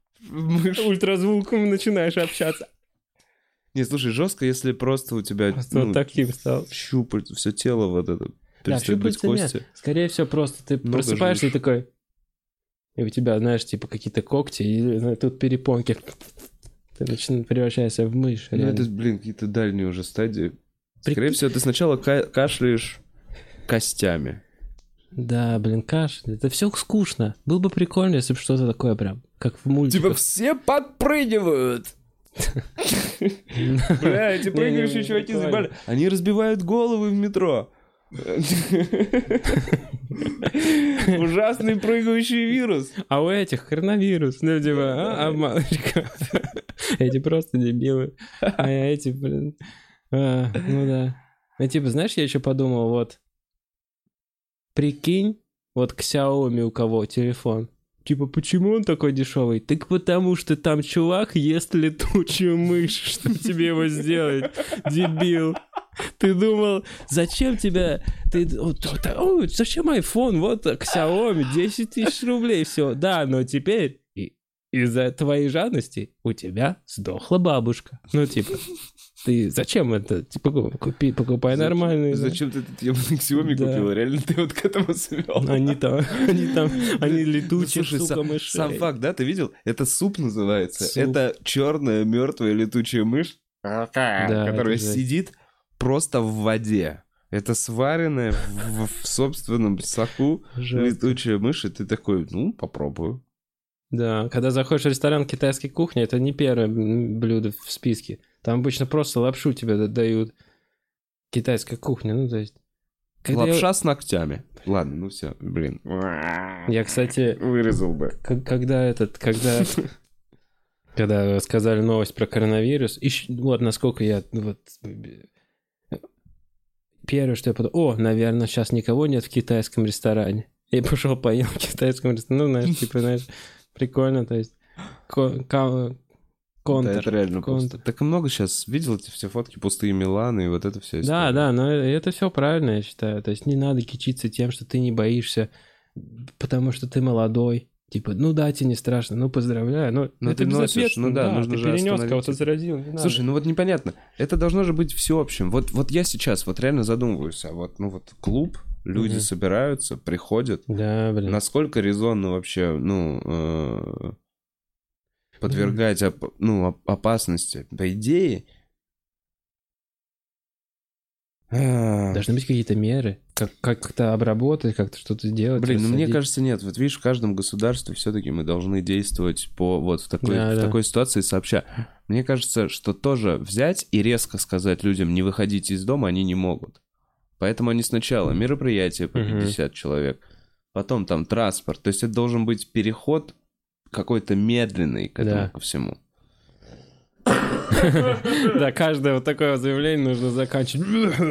ультразвуком начинаешь общаться. Не, слушай, жестко, если просто у тебя таким стал. Щупальца, все тело перестает быть кости. Нет. Скорее всего, просто ты просыпаешься и такой... И у тебя, знаешь, какие-то когти, и тут перепонки. Ты превращаешься в мышь. Это, какие-то дальние уже стадии. Скорее всего, ты сначала кашляешь костями. Да, кашель. Это все скучно. Было бы прикольно, если бы что-то такое прям, как в мультиках. Все подпрыгивают. Эти прыгающие чуваки заебали. Они разбивают головы в метро. Ужасный прыгающий вирус. А у этих коронавирус. Обманочка. Эти просто дебилы. А эти, да. Знаешь, я еще подумал, прикинь, к Xiaomi у кого телефон. Почему он такой дешевый? Так потому что там чувак ест летучую мышь, чтобы тебе его сделать, дебил. Ты думал, зачем тебе... Зачем iPhone? Xiaomi, 10 тысяч рублей, все. Да, но теперь из-за твоей жадности у тебя сдохла бабушка. Ты зачем это? Покупай нормальный. Зачем ты этот ебаный Xiaomi купил? Реально ты к этому свел? Они летучие, сука, мышей. Сам факт, да, ты видел? Это суп называется. Это черная мертвая летучая мышь, которая сидит просто в воде. Это сваренная в собственном соку летучая мышь, и ты такой, попробую. Да, когда заходишь в ресторан китайской кухни, это не первое блюдо в списке. Там обычно просто лапшу тебе дают. Китайская кухня, то есть... Лапша с ногтями. Ладно, все, Я, кстати... Вырезал бы. Когда сказали новость про коронавирус, насколько я... Первое, что я подумал, наверное, сейчас никого нет в китайском ресторане. Я пошел поел в китайском ресторане, знаешь, прикольно, то есть... Да, это реально пусто. Так много сейчас видел эти все фотки, пустые Миланы и это все история. Да, но это все правильно, я считаю. То есть не надо кичиться тем, что ты не боишься, потому что ты молодой. Тебе не страшно, поздравляю. Но это ты носишь, нужно ты же перенес, кого-то заразил, не надо. Слушай, непонятно. Это должно же быть всеобщим. Вот я сейчас реально задумываюсь, клуб, люди собираются, приходят. Да, Насколько резонно вообще, подвергать опасности. По идее, Должны быть какие-то меры, как-то обработать, как-то что-то сделать. Блин, ну мне кажется, нет. Вот видишь, в каждом государстве все-таки мы должны действовать по вот в такой ситуации сообща. Мне кажется, что тоже взять и резко сказать людям не выходите из дома они не могут. Поэтому они сначала мероприятие по 50 человек, потом там транспорт. То есть это должен быть переход какой-то медленный к этому ко всему. Да, каждое вот такое заявление нужно заканчивать.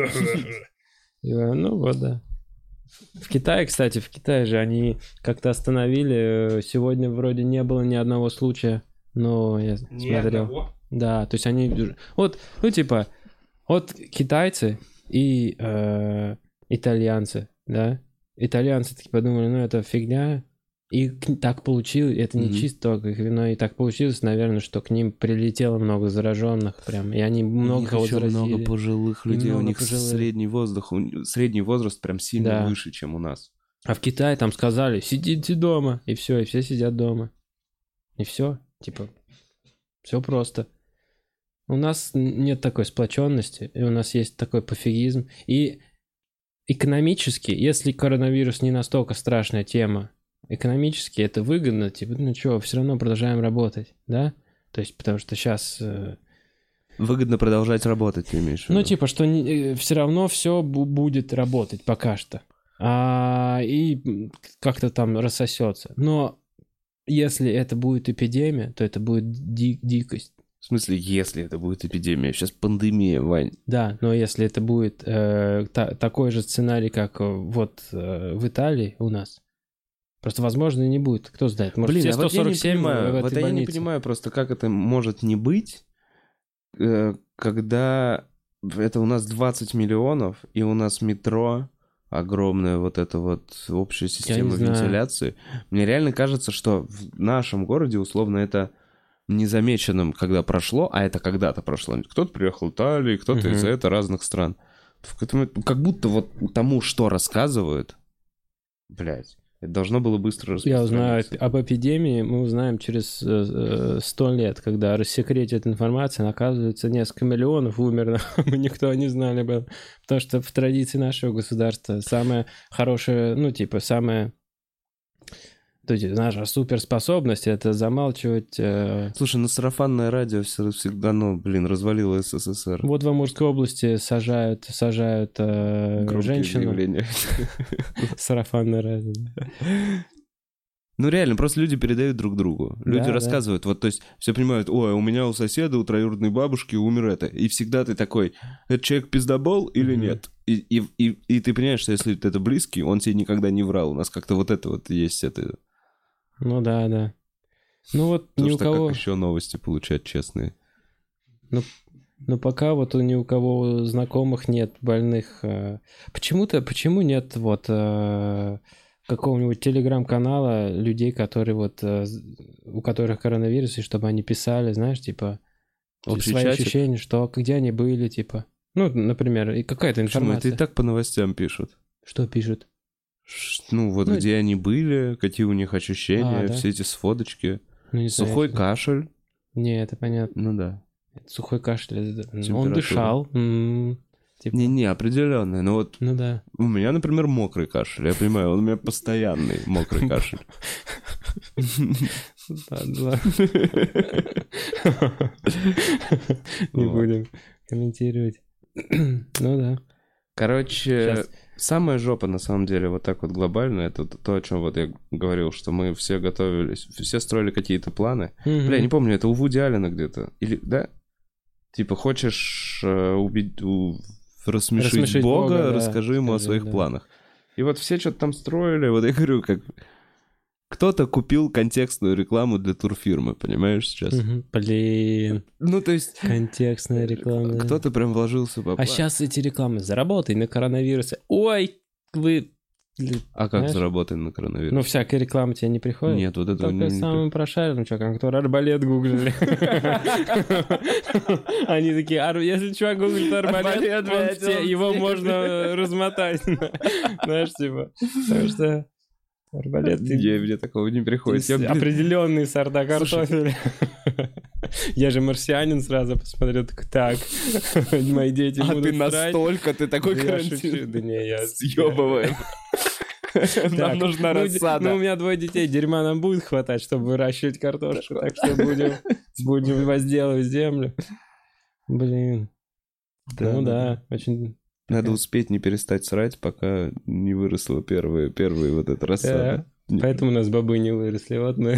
Ну вот, да. В Китае, кстати, же они как-то остановили. Сегодня вроде не было ни одного случая, но я смотрел. Да, то есть они... Вот, ну типа, вот китайцы и итальянцы, да? Итальянцы такие подумали, ну это фигня. И так получилось, это не чисто только их вино, и так получилось, наверное, что к ним прилетело много зараженных прям, и они много кого заразили. Много пожилых людей, у них средний возраст прям сильно выше, чем у нас. А в Китае там сказали, сидите дома, и все сидят дома. И все, типа, все просто. У нас нет такой сплоченности, и у нас есть такой пофигизм. И экономически, если коронавирус не настолько страшная тема, экономически это выгодно, типа, ну что, все равно продолжаем работать, да? То есть, потому что сейчас... Выгодно продолжать работать, ты имеешь в виду? Ну, типа, что все равно все будет работать пока что. И как-то там рассосется. Но если это будет эпидемия, то это будет дикость. В смысле, если это будет эпидемия? Сейчас пандемия, Вань. Да, но если это будет такой же сценарий, как вот в Италии у нас, просто, возможно, и не будет. Кто знает. Может, все 147 в этой больнице. Я не понимаю просто, как это может не быть, когда это у нас 20 миллионов, и у нас метро, огромная вот эта вот общая система вентиляции. Мне реально кажется, что в нашем городе, условно, это незамеченным, когда прошло, а это когда-то прошло. Кто-то приехал из Италии, кто-то из разных стран. Как будто вот тому, что рассказывают, блядь. Это должно было быстро распространяться. Я узнаю об эпидемии, мы узнаем через 100 лет, когда рассекретят информацию, оказывается, несколько миллионов умерло, мы никто не знали бы. Потому что в традиции нашего государства самая хорошая, ну, типа, самая... То есть наша суперспособность — это замалчивать... Слушай, ну сарафанное радио всегда, развалило СССР. Вот в Амурской области сажают женщину. Сарафанное радио. Ну реально, просто люди передают друг другу. Люди рассказывают, вот, то есть все понимают, ой, у меня у соседа, у троюродной бабушки умер это. И всегда ты такой, это человек пиздобол или нет? И ты понимаешь, что если это близкий, он тебе никогда не врал. У нас как-то вот это вот есть это... Ну да. Ну вот потому ни у кого... как еще новости получать честные? Ну пока вот ни у кого знакомых нет больных. Почему нет вот какого-нибудь телеграм-канала людей, которые вот у которых коронавирус, и чтобы они писали, знаешь, типа свои ощущения, что где они были, типа. Ну, например, и какая-то информация. Почему? Это и так по новостям пишут. Что пишут? Ну, вот где они были, какие у них ощущения, все эти сфоточки. Ну, сухой кашель. Не, это понятно. Ну да. Сухой кашель. Он дышал. Типа... Не, определенный. Но вот ну да. У меня, например, мокрый кашель. Я понимаю, он у меня постоянный мокрый кашель. Ладно. Не будем комментировать. Ну да. Короче, самая жопа, на самом деле, вот так вот глобально, это то, о чем вот я говорил, что мы все готовились, все строили какие-то планы. Бля, я не помню, это у Вуди Аллена где-то. Или, да? Типа, хочешь рассмешить Бога, расскажи ему о своих планах. И вот все что-то там строили, вот я говорю, как... Кто-то купил контекстную рекламу для турфирмы, понимаешь, сейчас? Блин. Ну, то есть... Контекстная реклама. Кто-то прям вложился по... А сейчас эти рекламы заработай на коронавирусе. Ой, вы... А как заработать на коронавирусе? Ну, всякая реклама тебе не приходит? Нет, вот этого не... Только самым прошаренным чувакам, которые арбалет гуглили. Они такие, если чувак гуглит арбалет, его можно размотать. Знаешь, типа. Потому что... Арбалет. Мне такого не приходит. Определенные сорта картофеля. Я же марсианин сразу посмотрел, так, мои дети будут ты настолько, ты такой карантин. Да не, я... Съёбываем. Нам нужна рассада. Ну, у меня 2 детей, дерьма нам будет хватать, чтобы выращивать картошку, так что будем возделывать землю. Блин. Ну да, очень... Надо успеть не перестать срать, пока не выросла первая вот эта рассада. Поэтому у нас бобы не выросли, вот мы.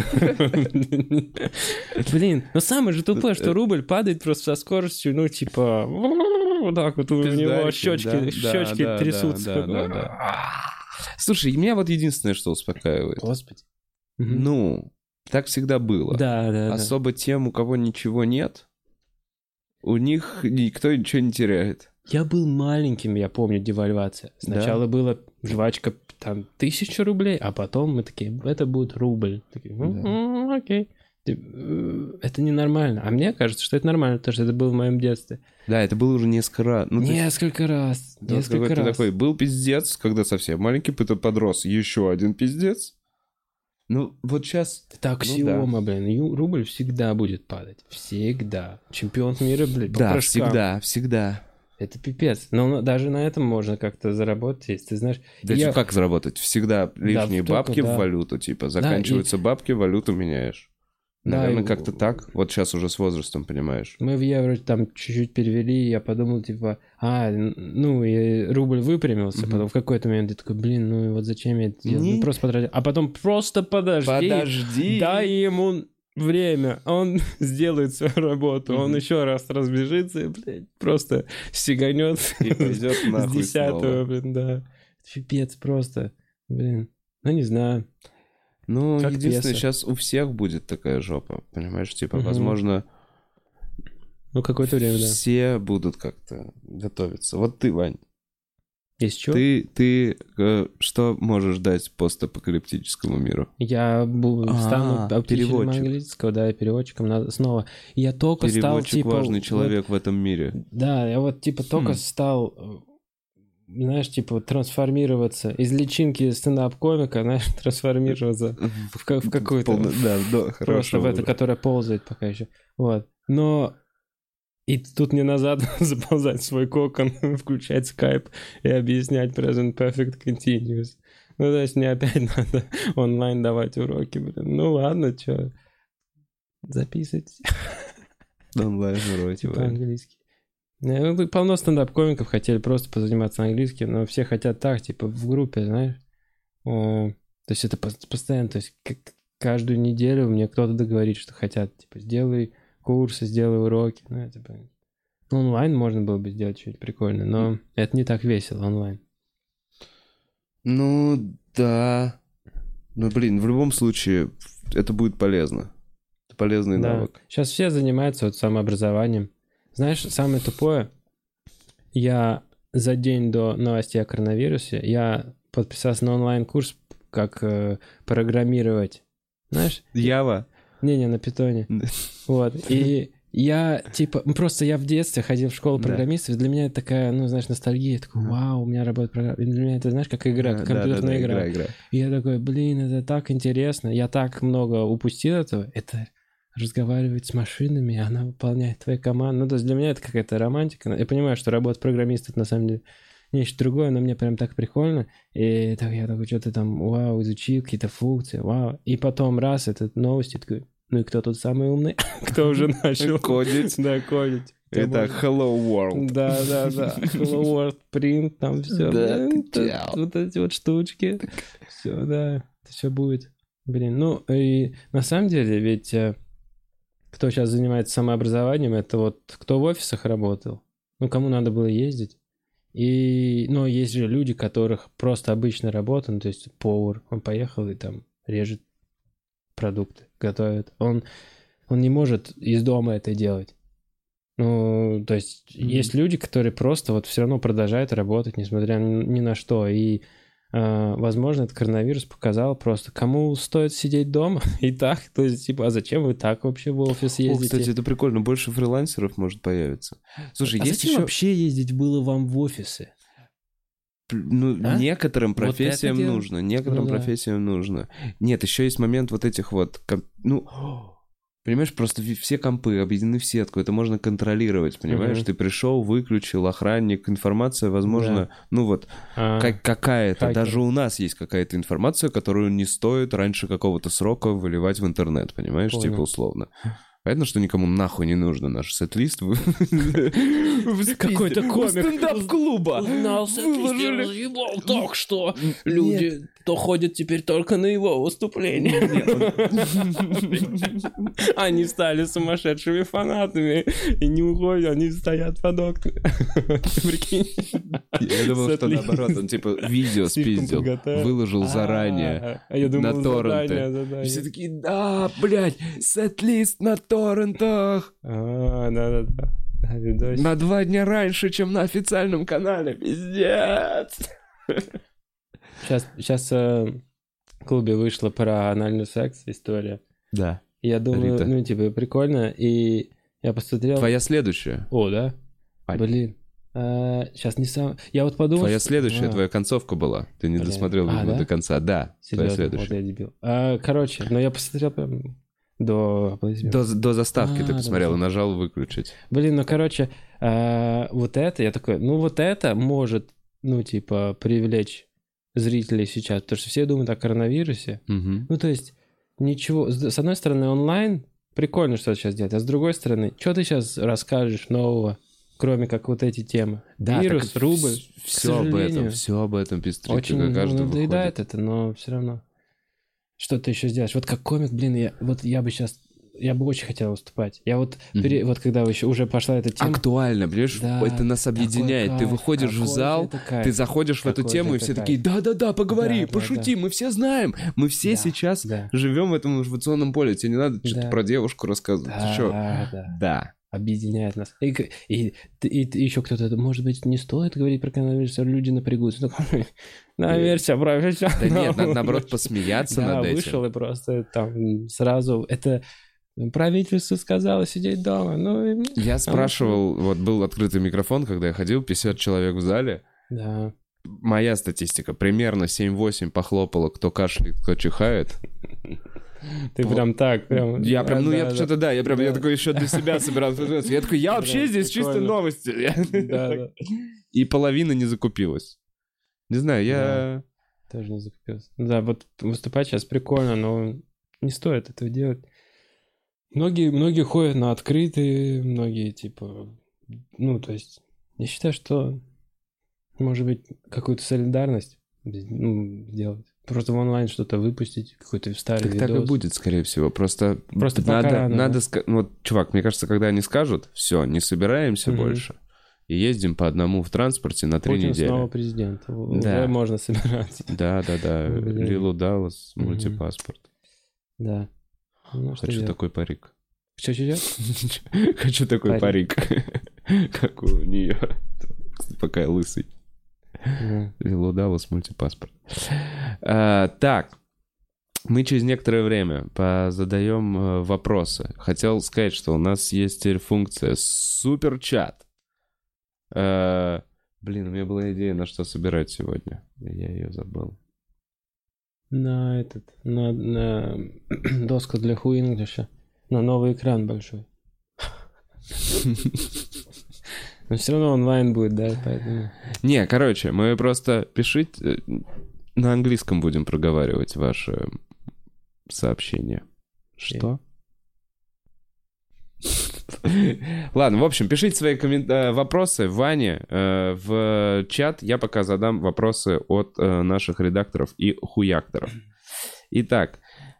Блин, но самое же тупое, что рубль падает просто со скоростью, ну, типа, вот так вот у него щечки трясутся. Слушай, меня вот единственное, что успокаивает. Господи. Ну, так всегда было. Да. Особо тем, у кого ничего нет, у них никто ничего не теряет. Я был маленьким, я помню, девальвация. Сначала была жвачка там 1000 рублей, а потом мы такие, это будет рубль. Такие, окей. Это ненормально. А мне кажется, что это нормально, потому что это было в моем детстве. Да, это было уже несколько раз. Несколько раз. Такой, был пиздец, когда совсем маленький, потом подрос. Еще один пиздец. Ну, вот сейчас... Это аксиома, блин. Рубль всегда будет падать. Всегда. Чемпион мира, блин, по прыжкам. Всегда. Это пипец. Но даже на этом можно как-то заработать, если ты знаешь... Да как заработать? Всегда лишние бабки в валюту, типа. Заканчиваются бабки, валюту меняешь. Наверное, как-то так. Вот сейчас уже с возрастом, понимаешь. Мы в евро там чуть-чуть перевели, и я подумал, типа, и рубль выпрямился, потом в какой-то момент я такой, блин, ну и вот зачем я это делаю? Просто потратил. А потом просто подожди. Дай ему время, он сделает свою работу, он еще раз разбежится и, блядь, просто стеганет и пойдет нахуй с 10-го, блин, да. Пипец просто, блин, ну не знаю. Ну, как единственное, сейчас у всех будет такая жопа, понимаешь, типа, возможно... Ну, какое-то время, да. Все будут как-то готовиться. Вот ты, Вань. Есть что? Ты что можешь дать постапокалиптическому миру? Я стану переводчиком английского, да, переводчиком снова. Я только стал, типа... Переводчик важный человек в этом мире. Да, я вот, типа, только стал... Знаешь, типа, трансформироваться из личинки стендап-комика, знаешь, трансформироваться в какую-то... Да, просто в это, которая ползает пока еще. Вот. Но... И тут мне назад заползать в свой кокон, включать скайп и объяснять present perfect continuous. Ну, то есть мне опять надо онлайн давать уроки, блин. Ну, ладно, чё. Записывать. Онлайн уроки, по-английски. Ну, полно стендап-комиков хотели просто позаниматься английским, но все хотят так, типа, в группе, знаешь. То есть это постоянно, то есть каждую неделю мне кто-то договорит, что хотят, типа, сделай курсы, сделай уроки. Ну, это, онлайн можно было бы сделать что-нибудь прикольное, но это не так весело онлайн. Ну, да. Ну, блин, в любом случае, это будет полезно. Это полезный навык. Сейчас все занимаются вот самообразованием. Знаешь, самое тупое, я за день до новостей о коронавирусе, я подписался на онлайн-курс, как программировать. Знаешь? Java? Не, на питоне. Вот. И я, типа, просто я в детстве ходил в школу программистов, и для меня это такая, ну, знаешь, ностальгия. Я такой, вау, у меня работает программа. И для меня это, знаешь, как игра, как компьютерная игра. И я такой, блин, это так интересно. Я так много упустил этого. Это разговаривать с машинами, она выполняет твои команды. Ну, то есть для меня это какая-то романтика. Я понимаю, что работа программиста — это на самом деле нечто другое, но мне прям так прикольно. И так я такой, что-то там, вау, изучил какие-то функции, вау. И потом раз, этот новости, такой, ну и кто тут самый умный? Кто уже начал кодить? Да, кодить. Это Hello World. Да. Hello World, print, там все. Вот эти вот штучки. Все, да. Это все будет. Блин, ну и на самом деле ведь кто сейчас занимается самообразованием, это вот кто в офисах работал, ну кому надо было ездить. Но есть же люди, которых просто обычно работа, ну, то есть повар, он поехал и там режет продукты, готовит. Он не может из дома это делать. Ну, то есть есть люди, которые просто вот все равно продолжают работать, несмотря ни на что. И, возможно, этот коронавирус показал просто, кому стоит сидеть дома и так. То есть, типа, а зачем вы так вообще в офис ездите? Кстати, это прикольно, больше фрилансеров может появиться. Слушай, есть зачем еще... вообще ездить было вам в офисы? Некоторым профессиям нужно. Некоторым профессиям нужно. Нет, еще есть момент вот этих вот... Понимаешь, просто все компы объединены в сетку, это можно контролировать, понимаешь? Ты пришел, выключил, охранник, информация, возможно, какая-то. Хакер. Даже у нас есть какая-то информация, которую не стоит раньше какого-то срока выливать в интернет, понимаешь? Понял. Типа условно. Понятно, что никому нахуй не нужно наш сет-лист. Какой-то комик стендап-клуба узнал сет-лист, так что люди, кто ходят теперь только на его выступления. Они стали сумасшедшими фанатами и не уходят, они стоят под окнами. Прикинь. Я думал, что наоборот, он типа видео спиздил, выложил заранее на торренты. Все такие, да, блядь, сет-лист на торрентах. Да. На 2 дня раньше, чем на официальном канале. Пиздец. Сейчас в клубе вышла про анальный секс история. Да. Я думаю, прикольно. И я посмотрел... Твоя следующая. О, да? Блин. Сейчас не сам... Я вот подумал... Твоя следующая, твоя концовка была. Ты не досмотрел до конца. Да, твоя следующая. Вот я дебил. Короче, но я посмотрел прям... До заставки ты посмотрел и нажал выключить. Блин, вот это, я такой, вот это может, привлечь зрителей сейчас, потому что все думают о коронавирусе. То есть, ничего, с одной стороны, онлайн, прикольно, что сейчас делать, а с другой стороны, что ты сейчас расскажешь нового, кроме как вот эти темы? Да, вирус, рубль, все об этом пестрит. Очень надоедает это, но все равно. Что ты еще сделаешь? Вот как комик, блин, я бы очень хотел выступать. Я вот когда уже пошла эта тема... Актуально, понимаешь? Да, это нас объединяет. Кайф, ты выходишь в зал, ты заходишь в эту тему, и все такие, да, поговори, пошути, мы все знаем. Мы все сейчас живем в этом информационном поле. Тебе не надо что-то про девушку рассказывать. Да. Объединяет нас. И еще кто-то, может быть, не стоит говорить про коронавирус, люди напрягутся. Наверься, правильно. Да нет, надо, наоборот, посмеяться над этим. Вышел и просто там сразу... Это правительство сказало сидеть дома. Я спрашивал, вот был открытый микрофон, когда я ходил, 50 человек в зале. Да. Моя статистика, примерно 7-8 похлопало, кто кашляет, кто чихает. Ты прям так, прям... Я прям, я такой еще для себя собирал. Я такой, я вообще здесь чисто новости. И половина не закупилась. Не знаю, я... Тоже не закупился. Да, вот выступать сейчас прикольно, но не стоит этого делать. Многие ходят на открытые, многие, то есть, я считаю, что, может быть, какую-то солидарность сделать. Просто в онлайн что-то выпустить, какой-то старый видос. Так и будет, скорее всего. Просто надо вот, чувак, мне кажется, когда они скажут, все, не собираемся больше, и ездим по одному в транспорте на 3 недели. Путин снова президент. Уже можно собираться. Да. Лилу Даллас, мультипаспорт. Да. Хочу такой парик. Что? Хочу такой парик, как у нее, пока я лысый. Лилу Даллас, мультипаспорт. Так, мы через некоторое время задаем вопросы. Хотел сказать, что у нас есть теперь функция суперчат. Блин, у меня была идея, на что собирать сегодня. Я ее забыл. На доску для хуинглиша. На новый экран большой. Но все равно онлайн будет, да, поэтому... Не, короче, мы просто пишите... На английском будем проговаривать ваши сообщения. Что? Ладно, в общем, пишите свои вопросы Ване в чат. Я пока задам вопросы от наших редакторов и хуякторов. Итак,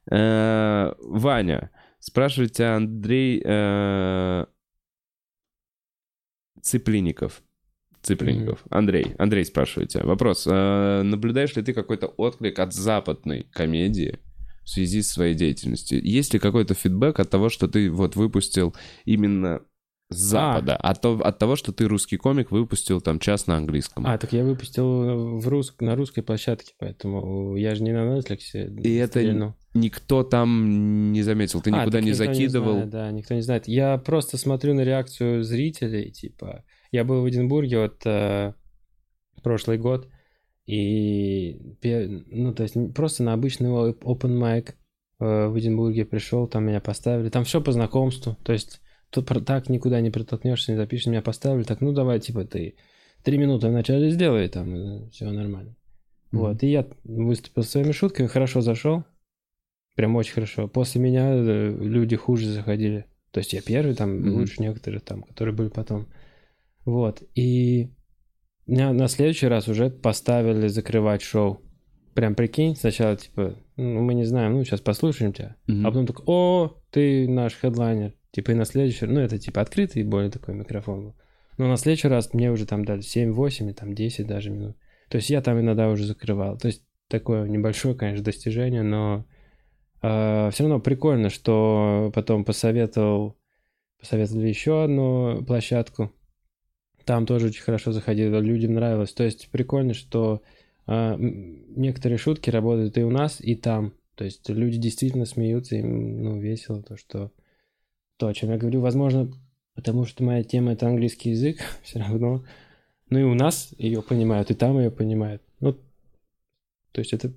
Ваня, спрашивайте Андрей Цыплинников. Андрей спрашивает тебя. Вопрос. Наблюдаешь ли ты какой-то отклик от западной комедии в связи с своей деятельностью? Есть ли какой-то фидбэк от того, что ты вот выпустил именно с Запада? От того, что ты русский комик выпустил там час на английском? Так я выпустил на русской площадке, поэтому я же не на Netflix. И это никто там не заметил? Ты никуда не закидывал? Не знает, да, никто не знает. Я просто смотрю на реакцию зрителей, Я был в Эдинбурге прошлый год, И, ну, то есть просто на обычный open mic в Эдинбурге пришел, там меня поставили. Там все по знакомству. То есть тут так никуда не притолкнешься, не запишешь. Меня поставили, так, ну давай, типа, ты 3 минуты вначале сделай, там, все нормально. Вот, и я выступил своими шутками, хорошо зашел. Прям очень хорошо. После меня люди хуже заходили. То есть я первый, там, лучше некоторые, там, которые были потом. Вот, и меня на следующий раз уже поставили закрывать шоу. Прям прикинь, сначала, типа, ну, мы не знаем, ну, сейчас послушаем тебя. А потом такой, о, ты наш хедлайнер. Типа, и на следующий, ну, это, типа, открытый более такой микрофон был. Но на следующий раз мне уже там дали 7-8, и там 10 даже минут. То есть я там иногда уже закрывал. То есть такое небольшое, конечно, достижение, но все равно прикольно, что потом посоветовали еще одну площадку. Там тоже очень хорошо заходило, людям нравилось. То есть прикольно, что некоторые шутки работают и у нас, и там. То есть люди действительно смеются, им, ну, весело. То, о чем я говорю, возможно, потому что моя тема — это английский язык, все равно. Ну и у нас ее понимают, и там ее понимают. Ну, то есть это...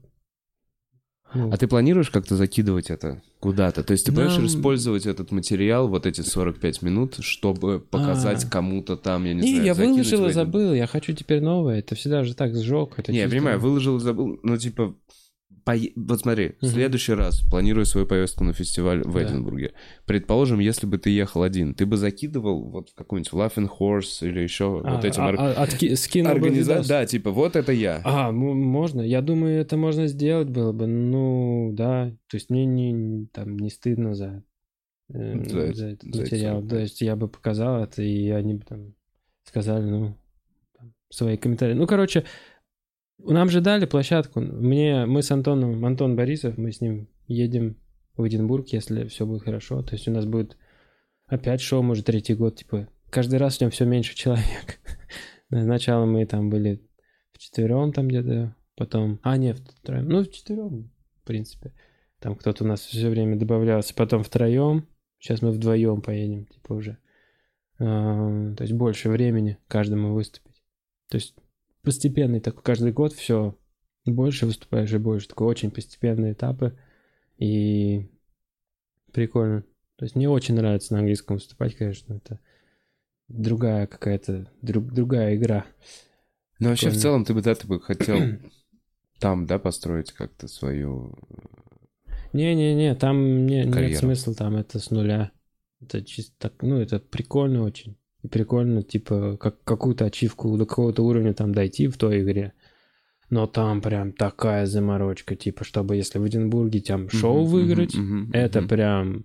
Ну. А ты планируешь как-то закидывать это куда-то? То есть ты планируешь использовать этот материал, вот эти 45 минут, чтобы показать кому-то там, я не знаю, я выложил и забыл, я хочу теперь новое. Это всегда же так сжег. Я понимаю, выложил и забыл, но типа... Вот смотри, в следующий раз планирую свою поездку на фестиваль в Эдинбурге. Предположим, если бы ты ехал один, ты бы закидывал вот в какой-нибудь Laughing Horse или еще вот этим организациям? Да, типа вот это я. Можно. Я думаю, это можно сделать было бы. Ну, да. То есть мне не стыдно за этот материал. То есть я бы показал это, и они бы там сказали, ну, свои комментарии. Ну, короче... Нам же дали площадку. Мы с Антон Борисов, мы с ним едем в Эдинбург, если все будет хорошо. То есть у нас будет опять шоу, может, 3-й год, типа. Каждый раз в нем все меньше человек. Сначала мы там были вчетвером там где-то, потом... втроем. Ну, вчетвером, в принципе. Там кто-то у нас все время добавлялся. Потом втроем. Сейчас мы вдвоем поедем, типа, уже. То есть больше времени каждому выступить. То есть постепенный такой, каждый год все больше выступаешь и больше. Такой очень постепенные этапы. И прикольно. То есть мне очень нравится на английском выступать, конечно. Это другая какая-то, другая игра. Ну вообще в целом ты бы хотел там, да, построить как-то свою... Не-не-не, там нет смысла, там это с нуля. Это чисто так, ну это прикольно очень. И прикольно, типа, какую-то ачивку до какого-то уровня там дойти в той игре. Но там прям такая заморочка, типа, чтобы если в Эдинбурге там шоу выиграть, это прям...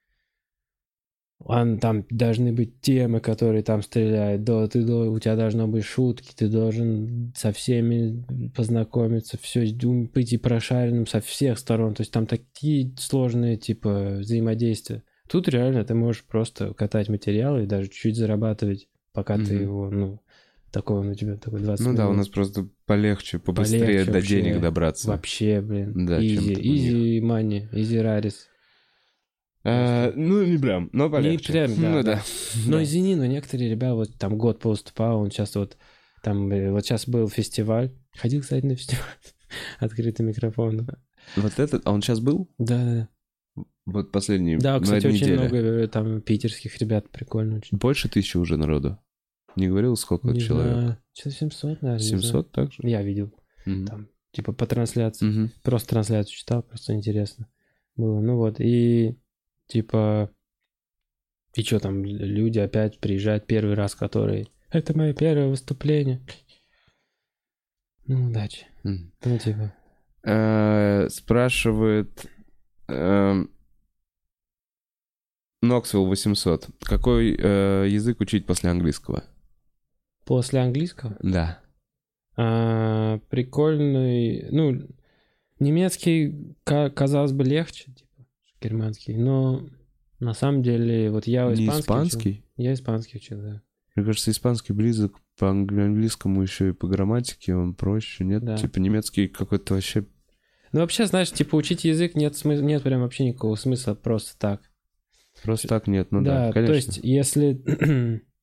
Там должны быть темы, которые там стреляют. У тебя должны быть шутки, ты должен со всеми познакомиться, все быть прошаренным со всех сторон. То есть там такие сложные, типа, взаимодействия. Тут реально ты можешь просто катать материалы и даже чуть зарабатывать, пока ты его, ну, такой он у тебя такой 20 минут. Ну да, у нас просто побыстрее до вообще, денег добраться. Вообще, блин. Да, easy money, easy raris. Ну, не прям, но полегче. Не прям, да. Ну, да. Но извини, но некоторые ребята, вот там год повыступал, он сейчас вот, там, вот сейчас был фестиваль. Ходил, кстати, на фестиваль. Открытый микрофон. Вот этот, а он сейчас был? Да. Вот последний. Да, кстати, очень много там питерских ребят, прикольно очень. Больше 1000 уже народу. Не говорил, сколько не человек? Знаю. Что-то 700, наверное. 700 также? Я видел. Там, типа, по трансляции. Просто трансляцию читал, просто интересно было. Ну вот, и типа... И что там, люди опять приезжают первый раз, которые... Это мое первое выступление. Ну, удачи. Ну, типа... Спрашивает... Knoxville 800. Какой язык учить после английского? После английского? Да. Прикольный... Ну, немецкий, казалось бы, легче, типа, германский, но на самом деле, вот я испанский учил. Я испанский учил, да. Мне кажется, испанский близок по английскому еще и по грамматике, он проще, нет? Да. Типа немецкий какой-то вообще... Ну, вообще, знаешь, типа, учить язык нет прям вообще никакого смысла просто так. Просто так нет, ну да, конечно. То есть, если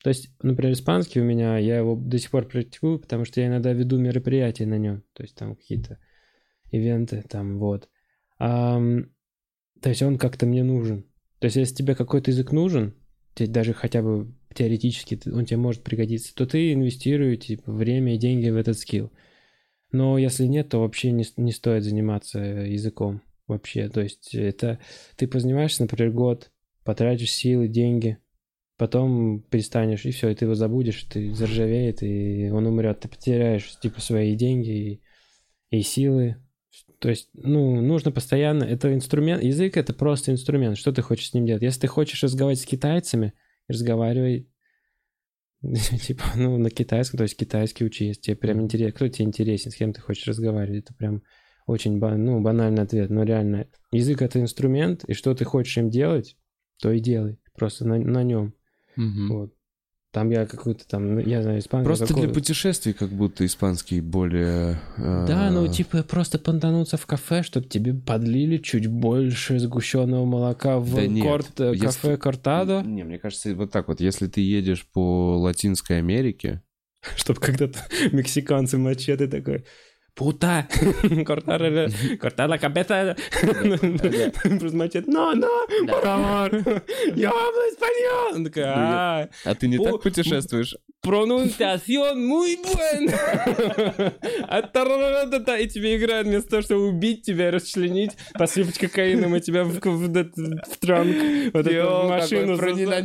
То есть, например, испанский у меня, я его до сих пор практикую, потому что я иногда веду мероприятия на нем. То есть там какие-то ивенты, там вот. То есть он как-то мне нужен. То есть если тебе какой-то язык нужен, даже хотя бы теоретически он тебе может пригодиться, то ты инвестируй типа, время и деньги в этот скилл. Но если нет, то вообще не стоит заниматься языком вообще. То есть это ты позанимаешься, например, год, потратишь силы, деньги, потом перестанешь, и все, и ты его забудешь, ты заржавеет, и он умрет. Ты потеряешь типа свои деньги и силы. То есть, нужно постоянно... Это инструмент... Язык — это просто инструмент. Что ты хочешь с ним делать? Если ты хочешь разговаривать с китайцами, разговаривай типа, на китайском, то есть китайский учи, если тебе прям интересно. Кто тебе интересен, с кем ты хочешь разговаривать? Это прям очень банальный ответ. Но реально, язык — это инструмент, и что ты хочешь им делать, то и делай. Просто на нем. Вот. Там я какой-то там, я знаю, испанский. Просто для путешествий как будто испанский более... Да, типа просто понтануться в кафе, чтобы тебе подлили чуть больше сгущенного молока в кафе Кортадо. Не, мне кажется, вот так вот, если ты едешь по Латинской Америке... Чтобы когда-то мексиканцы мачете такой... Puta, cortar la cabeza. Просто мачете, por favor, yo hablo español. Он такой, а ты не так путешествуешь? Пронунциацион muy buena. И тебе играют вместо того, чтобы убить тебя, расчленить, посыпать кокаином и тебя в транк. Вот эту машину.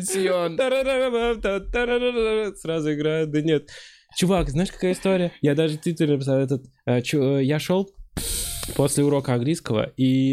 Сразу играют, да нет. Чувак, знаешь, какая история? Я даже Твиттер написал я шел после урока английского, и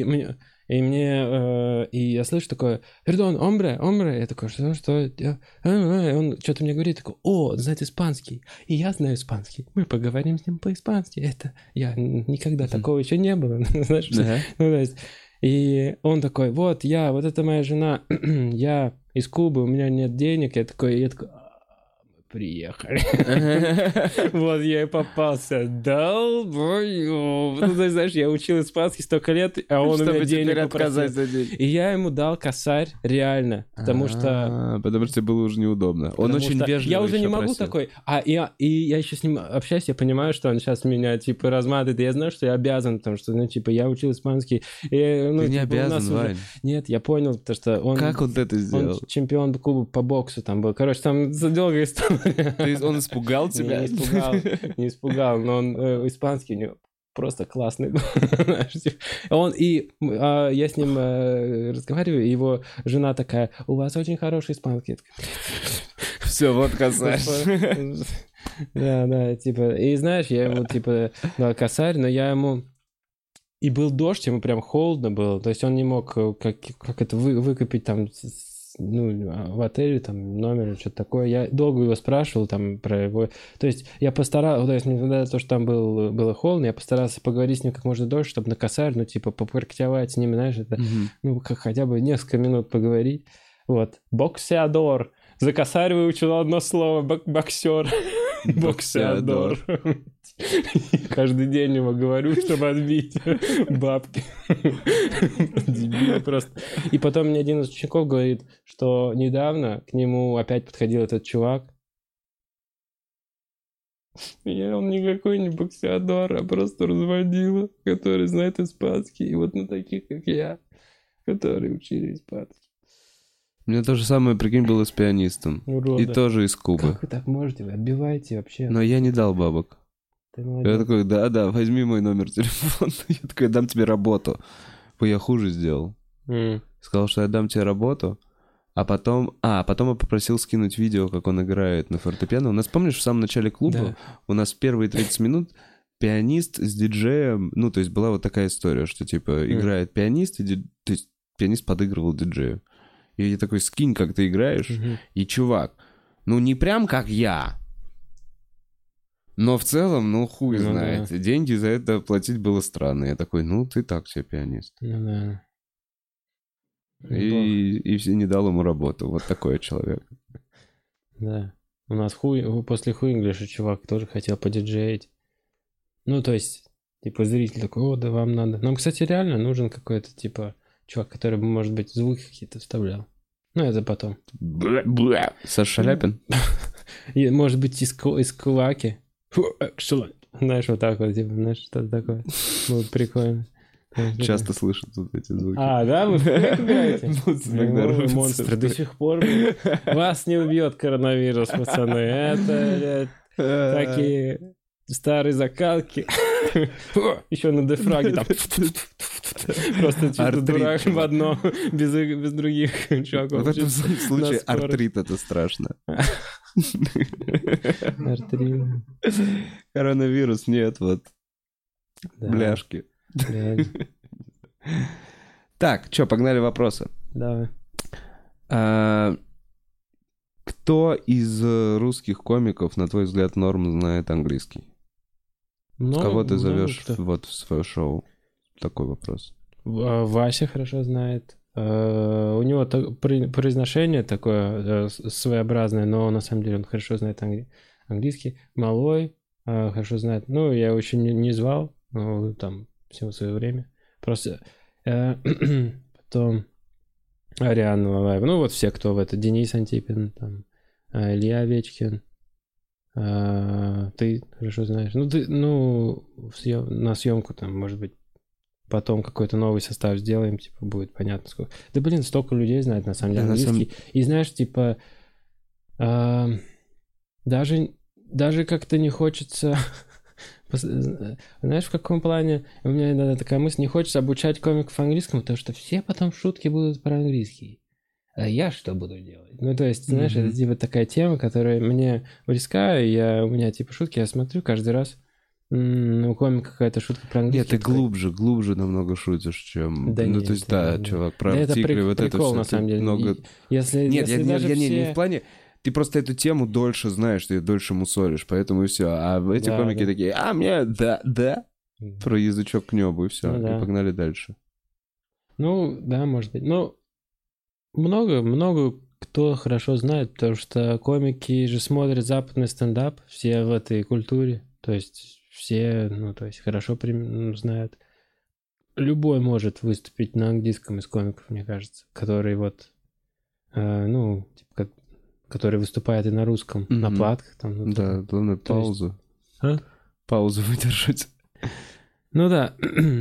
я слышу такое, perdón, hombre. Я такой, что? Он что-то мне говорит, такой, знает испанский. И я знаю испанский. Мы поговорим с ним по-испански. Это я никогда такого еще не было. Знаешь, то есть, и он такой, вот это моя жена, я из Кубы, у меня нет денег. Я такой, приехали. Вот я и попался. Долбоёб. Знаешь, я учил испанский столько лет, а он у меня денег попросил. И я ему дал косарь, реально. Потому что тебе было уже неудобно. Он очень вежливый. Я уже не могу такой. И я еще с ним общаюсь, я понимаю, что он сейчас меня, типа, разматывает. И я знаю, что я обязан, потому что, я учил испанский. Ты не обязан, Вань. Нет, я понял, потому что он... Как он это сделал? Он чемпион Кубы по боксу там был. Короче, там долгая история. Он испугал тебя? Не испугал, но он испанский у него просто классный. Я с ним разговариваю, и его жена такая, у вас очень хороший испанский. Все, вот косарь. Да, типа, и знаешь, я ему, типа, дал косарь, но я ему... И был дождь, ему прям холодно было, то есть он не мог как это выкупить там... в отеле, там, номер, что-то такое. Я долго его спрашивал, там, про его... То есть я постарался, то есть, несмотря на то, что там было холодно, я постарался поговорить с ним как можно дольше, чтобы на косарь, попрактиковать с ним, знаешь, это, как хотя бы несколько минут поговорить. Вот. Боксеадор. За косарь выучил одно слово. Боксер. Боксеадор. Каждый день ему говорю, чтобы отбить бабки. Дебил просто. И потом мне один из учеников говорит, что недавно к нему опять подходил этот чувак. И он никакой не боксеадор, а просто разводила, который знает испанский. И вот на таких, как я, которые учили испанский. У меня то же самое, прикинь, было с пианистом. Урода. И тоже из Кубы. Как вы так можете? Вы отбиваете вообще. Но я не дал бабок. Я такой, да, возьми мой номер телефона. Я такой, я дам тебе работу. Я хуже сделал. Сказал, что я дам тебе работу. А потом я попросил скинуть видео, как он играет на фортепиано. У нас, помнишь, в самом начале клуба у нас первые 30 минут пианист с диджеем... то есть была вот такая история, что, типа, играет пианист, то есть пианист подыгрывал диджею. И я такой, скинь, как ты играешь. И чувак, не прям как я, но в целом, хуй знает. Да. Деньги за это платить было странно. Я такой, ты так себе пианист. Да. И все не дал ему работу. Вот такой человек. Да. У нас после хуинглиша чувак тоже хотел подиджеить. То есть, типа, зритель такой, да вам надо. Нам, кстати, реально нужен какой-то, типа, чувак, который бы, может быть, звуки какие-то вставлял. Ну, это потом. Саша Шаляпин? Может быть, из Кулаки. Знаешь, вот так вот, типа, знаешь, что-то такое. Было прикольно. Часто слышат вот эти звуки. Да? Вы в Quake играете? Монстры до сих пор. Вас не убьет коронавирус, пацаны. Это такие старые закалки. Еще на дефраге там. Просто чисто дурак в одном, без других чуваков. В этом случае артрит — это страшно. Артрит. Коронавирус нет, вот. Бляшки. Так, что, погнали вопросы. Давай. Кто из русских комиков, на твой взгляд, норм знает английский? Кого ты зовешь вот в свое шоу? Такой вопрос. Вася хорошо знает. У него произношение такое своеобразное, но на самом деле он хорошо знает английский. Малой хорошо знает. Ну, я его еще не звал, но там всего свое время. Просто потом Ариана Лалаева. Ну, вот все, кто в это. Денис Антипин, там, Илья Овечкин. Ты хорошо знаешь. На съемку там, может быть, потом какой-то новый состав сделаем, типа, будет понятно сколько. Да, блин, столько людей знает, на самом деле, английский. И знаешь, типа, даже как-то не хочется... Знаешь, в каком плане? У меня иногда такая мысль, не хочется обучать комиков английскому, потому что все потом шутки будут про английский. А я что буду делать? Ну, то есть, знаешь, это типа такая тема, которая мне близка, у меня типа шутки, я смотрю каждый раз, у комика какая-то шутка про английский. Нет, ты глубже намного шутишь, чем... Да, то есть, чувак, про артикли, вот это прикол, все. на самом деле. Много... Нет, я не в плане... Ты просто эту тему дольше знаешь, ты дольше мусолишь, поэтому и все. А эти комики такие, мне про язычок к небу, и все. И погнали дальше. Ну, да, может быть. Ну, много кто хорошо знает, потому что комики же смотрят западный стендап, все в этой культуре. То есть все, хорошо знают. Любой может выступить на английском из комиков, мне кажется, который который выступает и на русском, на платках. Там, да, главное паузу. Паузу выдержать. Ну да.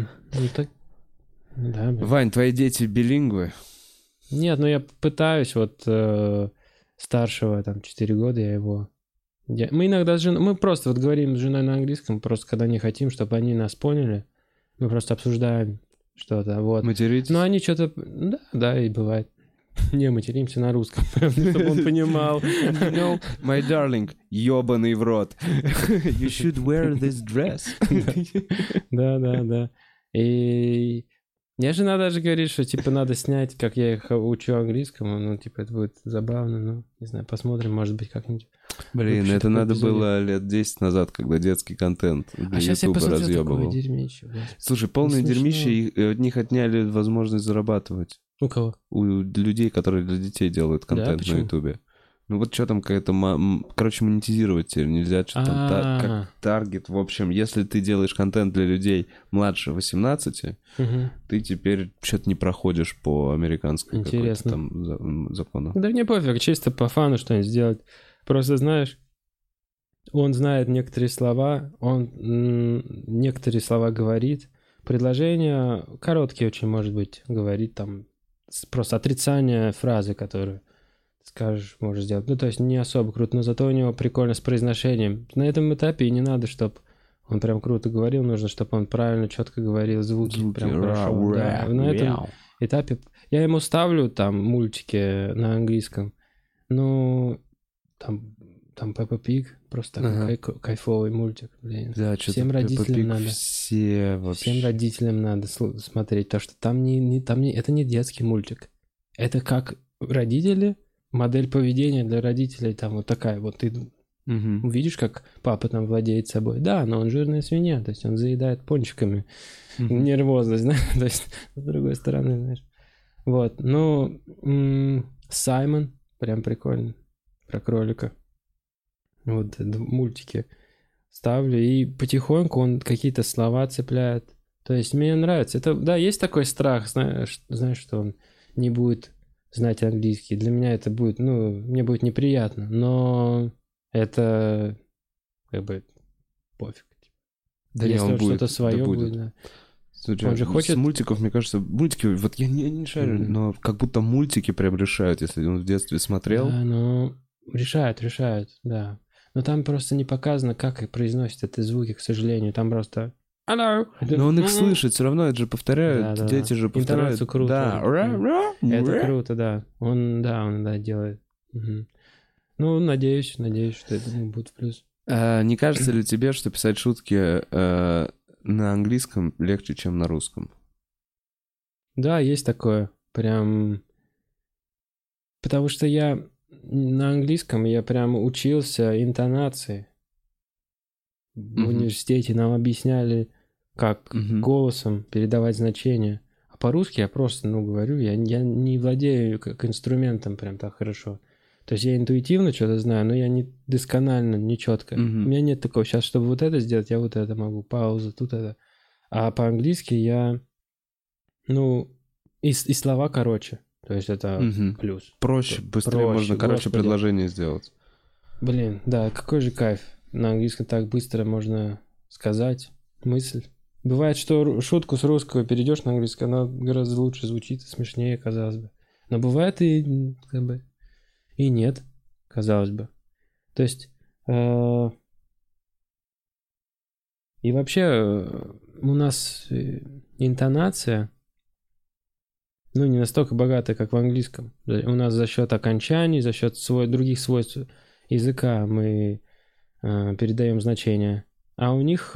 Да, Вань, твои дети билингвы? Нет, я пытаюсь, старшего, 4 года я его... Мы иногда мы просто говорим с женой на английском, просто когда не хотим, чтобы они нас поняли, мы просто обсуждаем что-то, вот. Материтесь? Но они что-то... Да, и бывает. Не, материмся на русском, чтобы он понимал. My darling, ёбаный в рот. You should wear this dress. Да. И мне жена даже говорит, что, надо снять, как я их учу английскому. Это будет забавно, не знаю, посмотрим, может быть, как-нибудь. Блин, это надо было лет 10 назад, когда детский контент для Ютуба разъебывал. Слушай, полное дерьмище, и от них отняли возможность зарабатывать. У кого? У людей, которые для детей делают контент на Ютубе. Что там какая-то... монетизировать теперь нельзя, что там как таргет. В общем, если ты делаешь контент для людей младше 18, ты теперь что-то не проходишь по американской какой-то там закону. Да мне пофиг, чисто по фану что-нибудь сделать. Просто, знаешь, он знает некоторые слова, он некоторые слова говорит. Предложения короткие очень, может быть, говорит там просто отрицание фразы, которую скажешь, можешь сделать. То есть не особо круто, но зато у него прикольно с произношением. На этом этапе и не надо, чтобы он прям круто говорил, нужно, чтобы он правильно, четко говорил звуки прям хорошо. Да. На этом этапе я ему ставлю там мультики на английском, там Пеппа Пиг, просто такой кайфовый мультик, блин. Да, всем родителям надо. Всем родителям надо смотреть, потому что там это не детский мультик. Это как родители, модель поведения для родителей, там вот такая вот ты увидишь, как папа там владеет собой. Да, но он жирная свинья, то есть он заедает пончиками. Нервозность, да, то есть с другой стороны, знаешь. Вот, Саймон, прям прикольно, про кролика. Вот мультики ставлю, и потихоньку он какие-то слова цепляет. То есть мне нравится. Это, да, есть такой страх, знаешь, что он не будет знать английский. Для меня это будет, мне будет неприятно, но это как бы пофиг. Да если он будет, что-то свое будет, да. Слушай, он же хочет... С мультиков, мне кажется, мультики, вот я не шарю, но как будто мультики прям решают, если он в детстве смотрел. Да, решают, да. Но там просто не показано, как произносят эти звуки, к сожалению. Там просто... Hello. Но он их слышит, все равно это же повторяют, да, дети же повторяют. Интонацию круто. Да. Это круто, да. Он делает. Надеюсь, что это будет в плюс. Не кажется ли тебе, что писать шутки на английском легче, чем на русском? Да, есть такое. Прям... Потому что я на английском прям учился интонации. В университете нам объясняли, как голосом передавать значения. А по-русски я просто, говорю, я не владею как инструментом прям так хорошо. То есть я интуитивно что-то знаю, но я не досконально, не четко. У меня нет такого. Сейчас, чтобы вот это сделать, я вот это могу. Пауза, тут это. А по-английски я... и слова короче. То есть это плюс. Проще, быстрее можно короче предложение сделать. Блин, да, какой же кайф. На английском так быстро можно сказать мысль. Бывает, что шутку с русского перейдешь на английский, она гораздо лучше звучит и смешнее, казалось бы. Но бывает и как бы и нет, казалось бы. То есть и вообще у нас интонация не настолько богатая, как в английском. У нас за счет окончаний, за счет других свойств языка мы передаем значения. А у них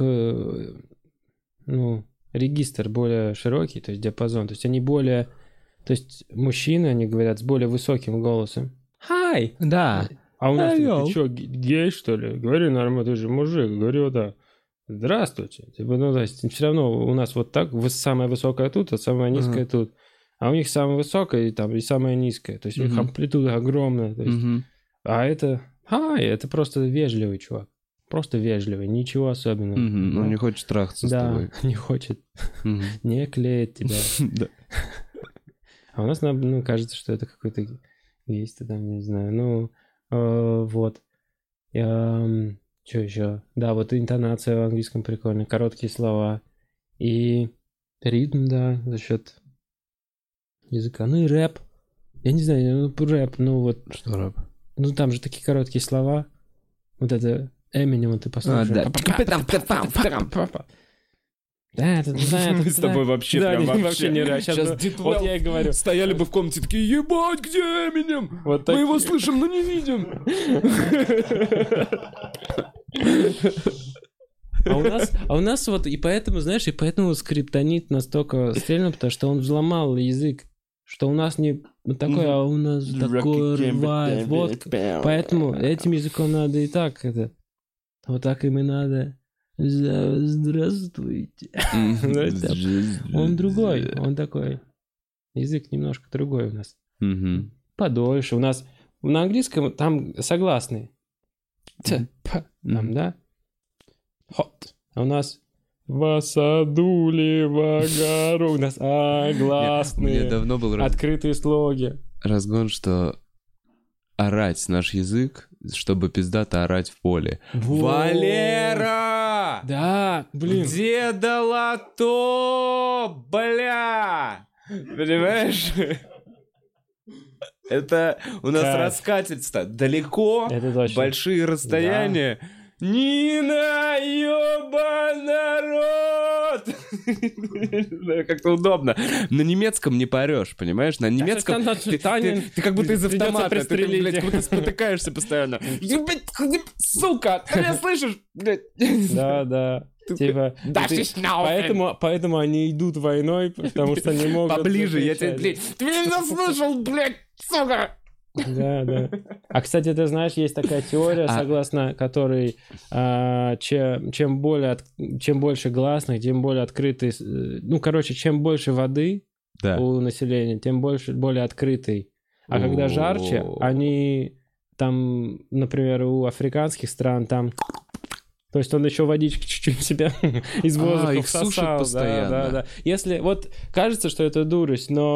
регистр более широкий, то есть диапазон. То есть они более... То есть мужчины, они говорят с более высоким голосом. Hi! Да. А у нас ты что, гей, что ли? Говори нормально, ты же мужик. Говорю, да. Здравствуйте. То есть все равно у нас вот так самая высокая тут, а самая низкая тут. А у них самая высокая и самая низкая. То есть у них амплитуда огромная. То есть, а это... это просто вежливый чувак. Просто вежливый, ничего особенного. Он не хочет трахаться с тобой. Да, не хочет. Не клеит тебя. А у нас, кажется, что это какой-то есть, там, не знаю. Вот. Что еще? Да, вот интонация в английском прикольная. Короткие слова. И ритм, да, за счет языка. И рэп. Я не знаю, рэп, вот... Что рэп? Там же такие короткие слова. Вот это Эминем ты послушаешь. Да. Мы с тобой вообще прям вообще не рэп. Сейчас вот я и говорю. Стояли бы в комнате такие, ебать, где Эминем? Вот мы его слышим, но не видим. А у нас вот, и поэтому, знаешь, скриптонит настолько стрельнул, потому что он взломал язык. Что у нас не такое, а у нас такое рвает. Вот, поэтому этим языком надо и так это. Вот так им и надо. Здравствуйте. Он другой, он такой. Язык немножко другой у нас. Подольше. У нас на английском там согласные. Там, да? Hot. А у нас в саду ли в огород. У нас гласные. Мне давно был открытые слоги. Разгон, что орать наш язык, чтобы пиздато орать в поле. Валера! Да, блин. Где долото, бля? Понимаешь? Это у нас раскатится далеко, большие расстояния. Нина, ёба народ! Как-то удобно. На немецком не поорёшь, понимаешь? На немецком ты как будто из автомата. Ты, блядь, как будто спотыкаешься постоянно. Сука, ты меня слышишь? Да. Типа, поэтому они идут войной, потому что не могут... Поближе, я тебе, блядь, ты меня не заслышал, блядь, сука! Да. А, кстати, ты знаешь, есть такая теория, согласно которой чем больше гласных, тем более открытый... чем больше воды у населения, тем более открытый. А когда жарче, они там, например, у африканских стран там... То есть он еще водички чуть-чуть себя из воздуха их всосал. Сушит постоянно. Да. Если... Вот кажется, что это дурость, но...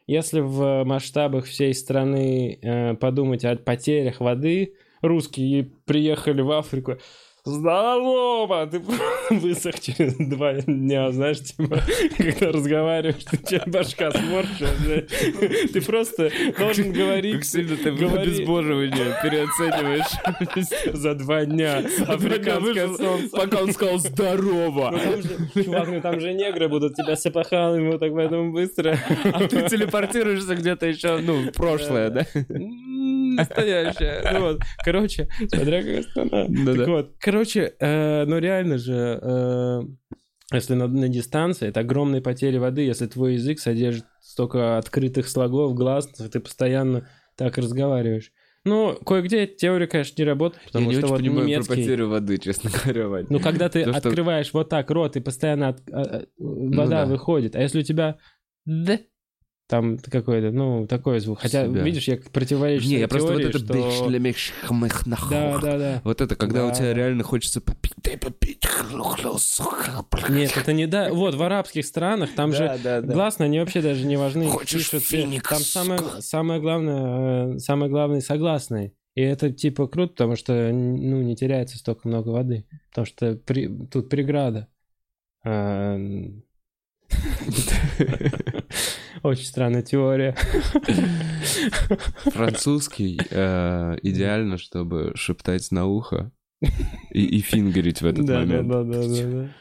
если в масштабах всей страны подумать о потерях воды, русские приехали в Африку, здорово! Ты высох через 2 дня, знаешь, типа, когда разговариваешь, ты че, башка сморщилась, ты просто должен говорить... Как сильно ты обезбоживание переоцениваешь. За 2 дня. Африканское солнце. Пока он сказал здорово. Чувак, там же негры будут тебя с опахалами вот так поэтому быстро. А ты телепортируешься где-то еще, в прошлое, да? Настоящее. Вот. Короче, смотря какая страна. Так вот, короче, реально же, если на дистанции, это огромные потери воды, если твой язык содержит столько открытых слогов, глаз, ты постоянно так разговариваешь. Кое-где эта теория, конечно, не работает, потому что вот немецкий... Я не очень понимаю про потерю воды, честно говоря, Вань. Когда ты открываешь вот так рот, и постоянно вода выходит, а если у тебя... Там какой-то, такой звук. Хотя, видишь, я противоречу теории, я просто вот это... Да. Вот это, когда у тебя реально хочется попить. Нет, это не да. Вот, в арабских странах, там же гласные, они вообще даже не важны. Хочешь феникс? Там самое главное согласные. И это, типа, круто, потому что, не теряется столько много воды. Потому что тут преграда. Очень странная теория. Французский идеально, чтобы шептать на ухо и фингерить в этот момент. Да.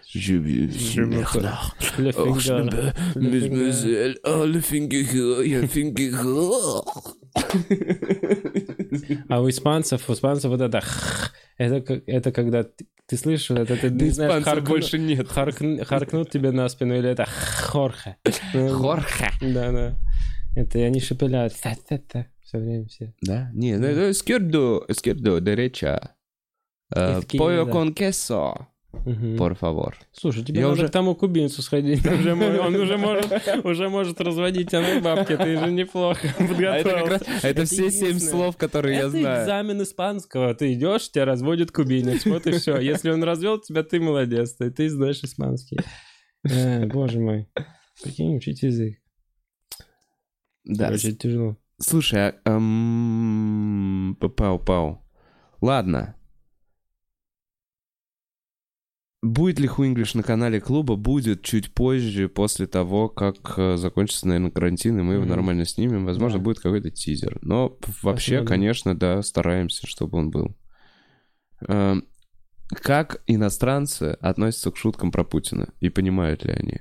А у испанцев вот это когда ты слышишь, это ты не знаешь, больше нет. Харкнут тебе на спину, или это Хорхе. Хорхе. Да. Это они шепелят. Все время все. Да? Не, izquierdo, derecha. Pollo con queso. Por favor. Слушай, тебе надо к тому кубинцу сходить. Он уже может разводить тебе бабки. Ты же неплохо подготовился. Это все 7 слов, которые я знаю. Это экзамен испанского. Ты идешь, тебя разводит кубинец. Вот и все. Если он развел тебя, ты молодец. Ты знаешь испанский. Боже мой. Прикинь, учить язык. Да. Очень тяжело. Слушай, Пау. Ладно. Будет ли Хуинглиш на канале клуба? Будет чуть позже, после того, как закончится, наверное, карантин, и мы его нормально снимем. Возможно, будет какой-то тизер. Но вообще, конечно, да, стараемся, чтобы он был. Как иностранцы относятся к шуткам про Путина? И понимают ли они?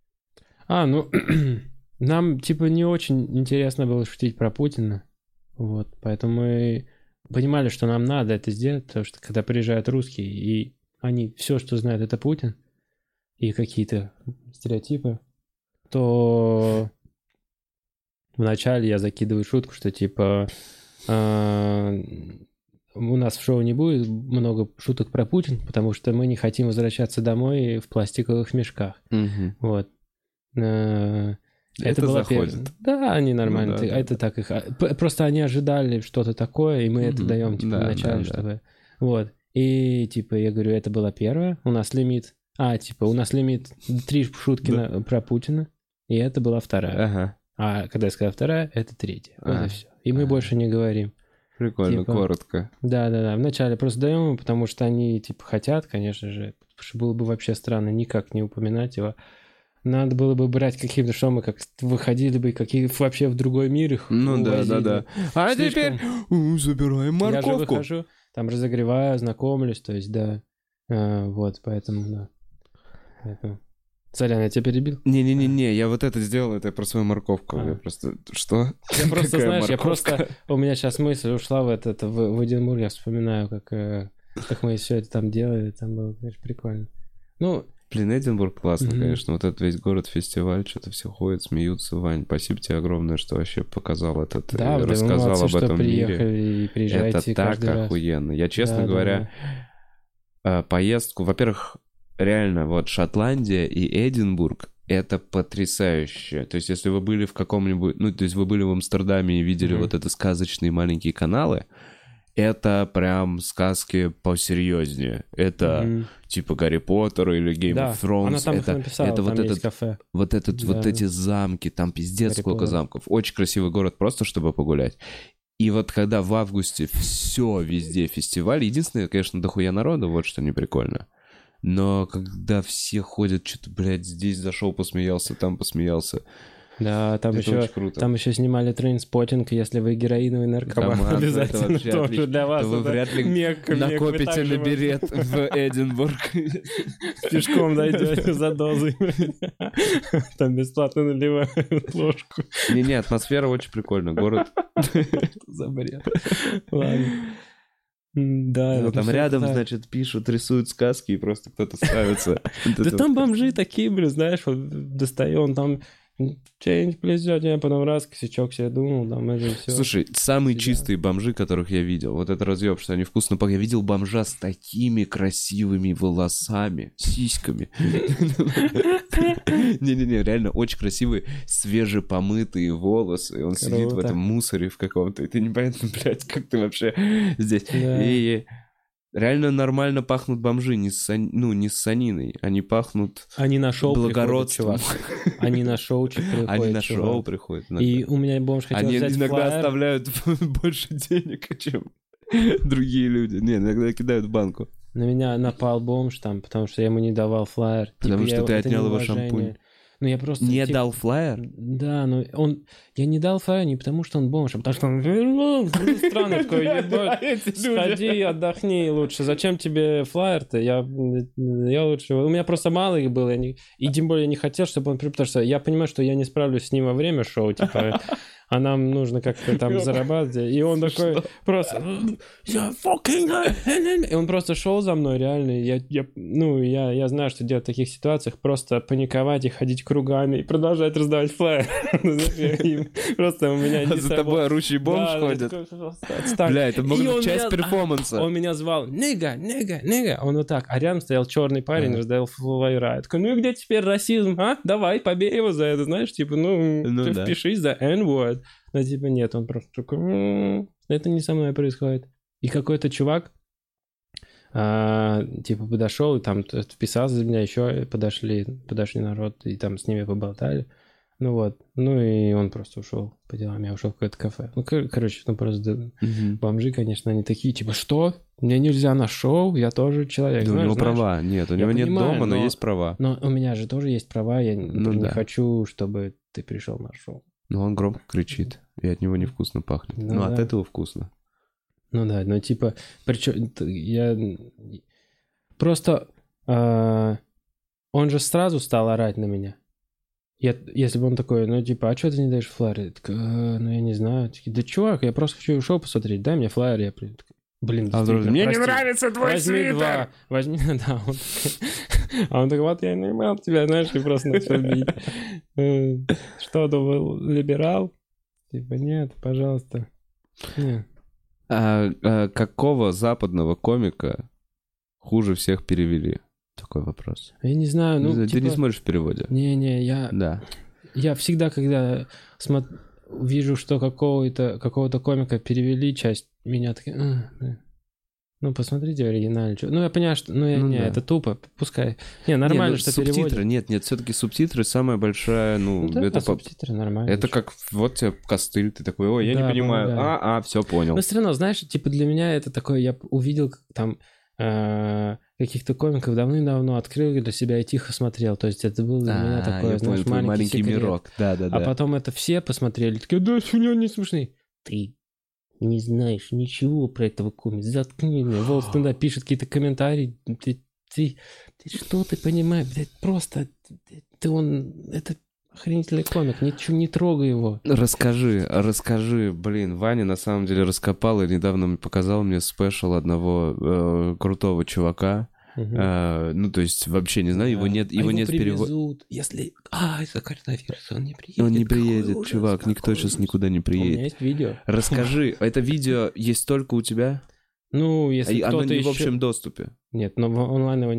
Нам, не очень интересно было шутить про Путина. Вот, поэтому мы понимали, что нам надо это сделать, потому что когда приезжают русские, и они все, что знают, это Путин, и какие-то стереотипы, то вначале я закидываю шутку, что у нас в шоу не будет много шуток про Путин, потому что мы не хотим возвращаться домой в пластиковых мешках. Вот. Это было заходит. Да, они нормально. Это так их... Просто они ожидали что-то такое, и мы это даем вначале, чтобы... Вот. И, я говорю, это была первая, у нас лимит... у нас лимит 3 шутки про Путина, и это была вторая. Ага. А когда я сказал вторая, это третья. Вот и все. И мы больше не говорим. Прикольно, коротко. Да. Вначале просто даем им, потому что они, хотят, конечно же. Потому что было бы вообще странно никак не упоминать его. Надо было бы брать какие-то, что мы как выходили бы вообще в другой мир их увозили. Да. А теперь забираем морковку. Я же выхожу, там разогреваю, знакомлюсь, то есть, да. Вот, поэтому, да. Сорян, я тебя перебил? Не, я вот это сделал, это про свою морковку. Я просто... Что? Я просто, знаешь, у меня сейчас мысль ушла в Эдинбург, я вспоминаю, как мы все это там делали, там было, конечно, прикольно. Блин, Эдинбург классно, конечно. Вот этот весь город-фестиваль, что-то все ходят, смеются. Вань, спасибо тебе огромное, что вообще показал этот, рассказал об этом мире. И приезжайте это так охуенно. Я, честно говоря, поездку... Во-первых, реально, вот Шотландия и Эдинбург — это потрясающе. То есть, если вы были в каком-нибудь... то есть, вы были в Амстердаме и видели вот это сказочные маленькие каналы, это прям сказки посерьезнее. Это типа Гарри Поттер или Game of Thrones. Она там это написала, это там вот есть этот кафе. Вот эти замки, там пиздец Гарри сколько Поттер. замков. Очень красивый город, просто чтобы погулять. И вот когда в августе все везде фестиваль, единственное, конечно, дохуя народу, вот что не прикольно. Но когда все ходят, что-то, блядь, здесь зашел, посмеялся, там посмеялся. Да, там еще снимали Трейнспоттинг, если вы героиновый наркоман, обязательно тоже для вас. Вы вряд ли накопите на билет в Эдинбург. Пешком дойдете за дозой. Там бесплатно наливают ложку. Не-не, атмосфера очень прикольная, город. За бред. Ладно. Да, там рядом, значит, пишут, рисуют сказки, и просто кто-то ставится. Да там бомжи такие, блин, знаешь, вот достаем, там что-нибудь плезет, я потом раз косячок себе думал, там это все. Слушай, самые чистые бомжи, которых я видел, вот это разъеб, что они вкусно пахнут. Я видел бомжа с такими красивыми волосами, сиськами. Не-не-не, реально очень красивые, свежепомытые волосы. Он сидит в этом мусоре в каком-то, и ты непонятно, блядь, как ты вообще здесь. И реально нормально пахнут бомжи, не с саниной. Они пахнут благородством. Они на шоу приходят. Они на шоу приходят. И у меня бомж хотел взять Они иногда флаер. оставляют больше денег, чем другие люди. Не, иногда кидают в банку. На меня напал бомж там, потому что я ему не давал флаер. Потому что ты отнял его шампунь. Ну, я просто... Не дал флаер? Да, но я не дал флаер не потому, что он бомж, а потому что он странный такой, ебать, сходи, отдохни лучше. Зачем тебе флаер-то? Я лучше... У меня просто мало их было, и тем более не хотел, чтобы он... Потому что я понимаю, что я не справлюсь с ним во время шоу, типа... А нам нужно как-то там зарабатывать. И он такой просто... И он просто шел за мной, реально. Я знаю, что делать в таких ситуациях. Просто паниковать и ходить кругами и продолжать раздавать флаер. Просто у меня... За тобой орущий бомж ходит. Бля, это может быть часть перформанса. Он меня звал: «Нига, нига, нига». Он вот так. А рядом стоял черный парень, раздавал флаера. Я такой: ну и где теперь расизм, а? Давай, побей его за это, знаешь, типа, ты впишись за N-word. Но типа нет, он просто такой: это не со мной происходит. И какой-то чувак типа подошел и там вписался за меня, еще подошли народ, и там с ними поболтали. Ну вот, ну и он просто ушел по делам, я ушел в какое-то кафе. Ну, короче, просто бомжи, конечно, они такие, типа, что? Мне нельзя на шоу, я тоже человек. Да, у него права, нет, у него нет дома, но есть права. Но у меня же тоже есть права, я не хочу, чтобы ты пришел на шоу. Ну, он громко кричит, и от него невкусно пахнет. Ну, от этого вкусно. Ну да, но типа, причем я... Просто он же сразу стал орать на меня. Если бы он такой, ну типа, а что ты не даешь флаер? Я такой: ну я не знаю. Такие: да чувак, я просто хочу шоу посмотреть, дай мне флаер. Я такой: блин, мне не нравится твой свитер. Возьми, да. А он такой: вот я не имел тебя, знаешь, и просто начал бить. Что, думал, либерал? Типа, нет, пожалуйста. Нет. Какого западного комика хуже всех перевели? Такой вопрос. Я не знаю, ну, ты типа... не смотришь в переводе? Не, я всегда, когда вижу, что какого-то комика перевели часть, меня такие: ну, посмотрите оригинально. Ну, я понимаю, что... это тупо, пускай. Не, нормально, что субтитры, нет, все-таки субтитры самая большая, это... субтитры нормально. Это как, вот тебе костыль, ты такой: ой, я не понимаю, все, понял. Но все равно, знаешь, типа для меня это такое, я увидел там каких-то комиков давным-давно, открыл для себя и тихо смотрел. То есть это был для меня такой, знаешь, маленький мирок. Да. А потом это все посмотрели, такие: да, фигня не смешный. Ты не знаешь ничего про этого комика. Заткни меня. Волк Стендап пишет какие-то комментарии. Ты что ты понимаешь? Блядь, просто это охренительный комик. Ничего, не трогай его. Расскажи. Блин, Ваня на самом деле раскопал и недавно показал мне спешл одного крутого чувака. Ну, то есть, вообще не знаю, его нет в переводе. Если... из-за коронавируса он не приедет. Он не приедет, чувак, никто сейчас никуда не приедет. У меня есть видео. Расскажи, это видео есть только у тебя? Ну, если кто-то оно не еще... в общем доступе? Нет, но онлайн его нет.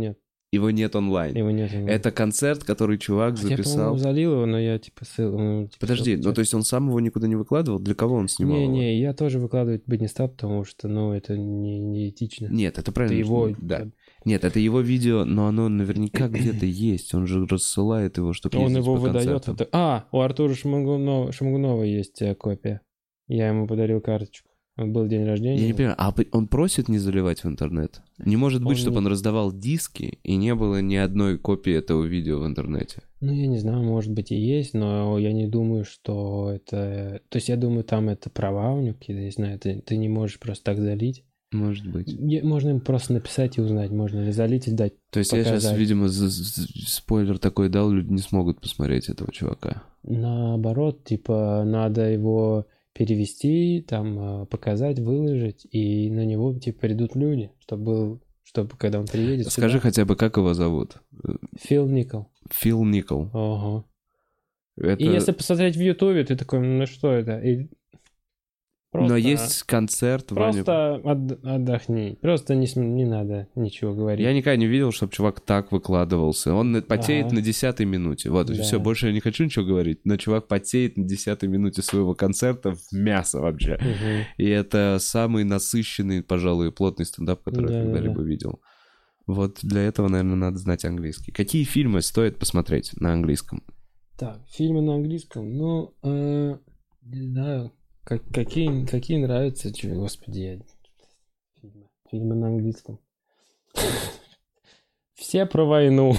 Его нет онлайн. Это концерт, который чувак записал. Я, по-моему, залил его, но я типа... Подожди, ну то есть он сам его никуда не выкладывал? Для кого он снимал? Не, я тоже выкладывать бы не стал, потому что, это не этично. Нет, это правильно. Это его... Да. Нет, это его видео, но оно наверняка где-то есть. Он же рассылает его, чтобы ездить по концертам. Он его выдает. У Артура Шамгунова есть копия. Я ему подарил карточку. Был день рождения. Я не понимаю, а он просит не заливать в интернет? Не может быть, чтобы он раздавал диски, и не было ни одной копии этого видео в интернете? Я не знаю, может быть и есть, но я не думаю, что это... То есть я думаю, там это права у него какие-то, не знаю, ты не можешь просто так залить. Может быть. Можно им просто написать и узнать, можно ли залить и дать. То есть показать. Я сейчас, видимо, спойлер такой дал, люди не смогут посмотреть этого чувака. Наоборот, типа, надо его... перевести, там, показать, выложить, и на него, типа, придут люди, чтобы когда он приедет Скажи сюда... хотя бы, как его зовут? Фил Никол. Фил Никол. Ага. И если посмотреть в Ютубе, ты такой, что это? И просто... Но есть концерт. Просто отдохни. Просто не надо ничего говорить. Я никогда не видел, чтобы чувак так выкладывался. Он потеет на 10-й минуте. Вот, и все, больше я не хочу ничего говорить. Но чувак потеет на 10-й минуте своего концерта в мясо вообще. И это самый насыщенный, пожалуй, и плотный стендап, который я когда-либо видел. Вот для этого, наверное, надо знать английский. Какие фильмы стоит посмотреть на английском? Так, фильмы на английском? Не знаю. Какие нравятся? Господи, фильмы на английском. Все про войну.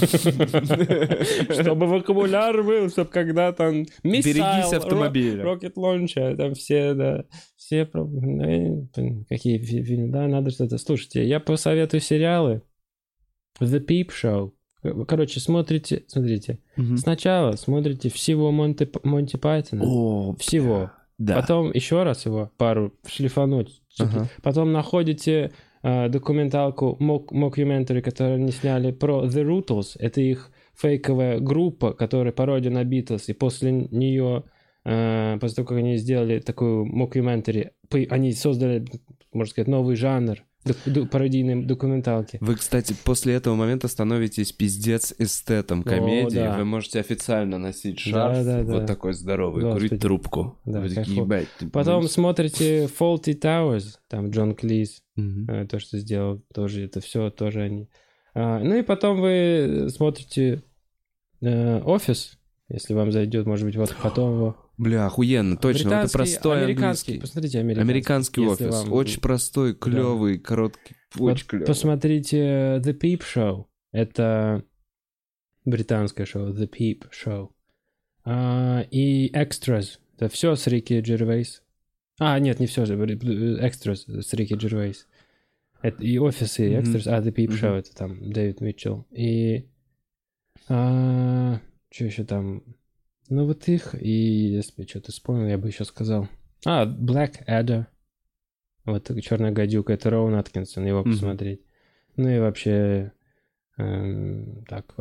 Чтобы вокабуляр был, чтобы когда там берегись автомобиля. Rocket Launcher, там все, да. Все про... Какие фильмы? Да, надо что-то. Слушайте, я посоветую сериалы. The Peep Show. Короче, смотрите. Сначала смотрите всего Монти Пайтона. Всего. Да. Потом еще раз его пару шлифануть. Потом находите документалку Mockumentary, которую они сняли про The Rutles. Это их фейковая группа, которая пародия на Beatles. И после нее, после того, как они сделали такую Mockumentary, они создали, можно сказать, новый жанр пародийной документалки. Вы, кстати, после этого момента становитесь пиздец эстетом комедии. Да. Вы можете официально носить шарф, вот такой здоровый, курить трубку. Да, ебать, потом смотрите Fawlty Towers, там Джон Клис, то, что сделал, тоже это все, тоже они. Ну и потом вы смотрите Офис, если вам зайдет, может быть, вот потом его... Бля, охуенно, точно, это простой английский. Посмотрите американский офис. Очень простой, клевый, короткий, очень клевый. Посмотрите The Peep Show. Это британское шоу, The Peep Show. И Extras. Это все с Рики Джервейс. Нет, не все же. Extras с Рики Джервейс. Это и Офис, и Extras. The Peep Show, это там Дэвид Митчелл. И... что еще там... Ну вот их, и если бы что-то вспомнил, я бы еще сказал. Black Adder. Вот «Черная гадюка», это Роуэн Аткинсон, его посмотреть. Ну и вообще, так,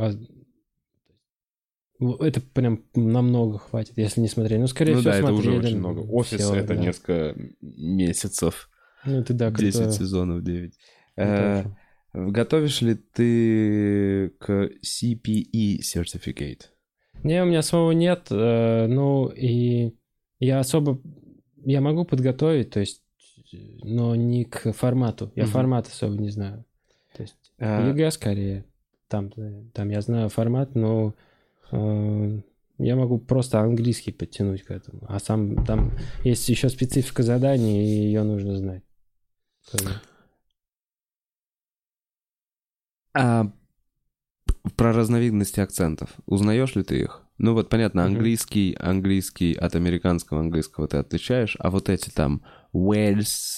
это прям намного хватит, если не смотреть. Ну, скорее всего, это уже очень много. «Офис» — это несколько месяцев. Ну, это да, 10 сезонов, 9. Готовишь ли ты к CPE Certificate? Не, у меня самого нет, и я могу подготовить, то есть, но не к формату, я формат особо не знаю, то есть, ЕГЭ скорее, там я знаю формат, но я могу просто английский подтянуть к этому, а сам там есть еще специфика заданий, и ее нужно знать. Про разновидности акцентов. Узнаешь ли ты их? Ну вот понятно, английский от американского английского ты отличаешь, а вот эти там Уэльс,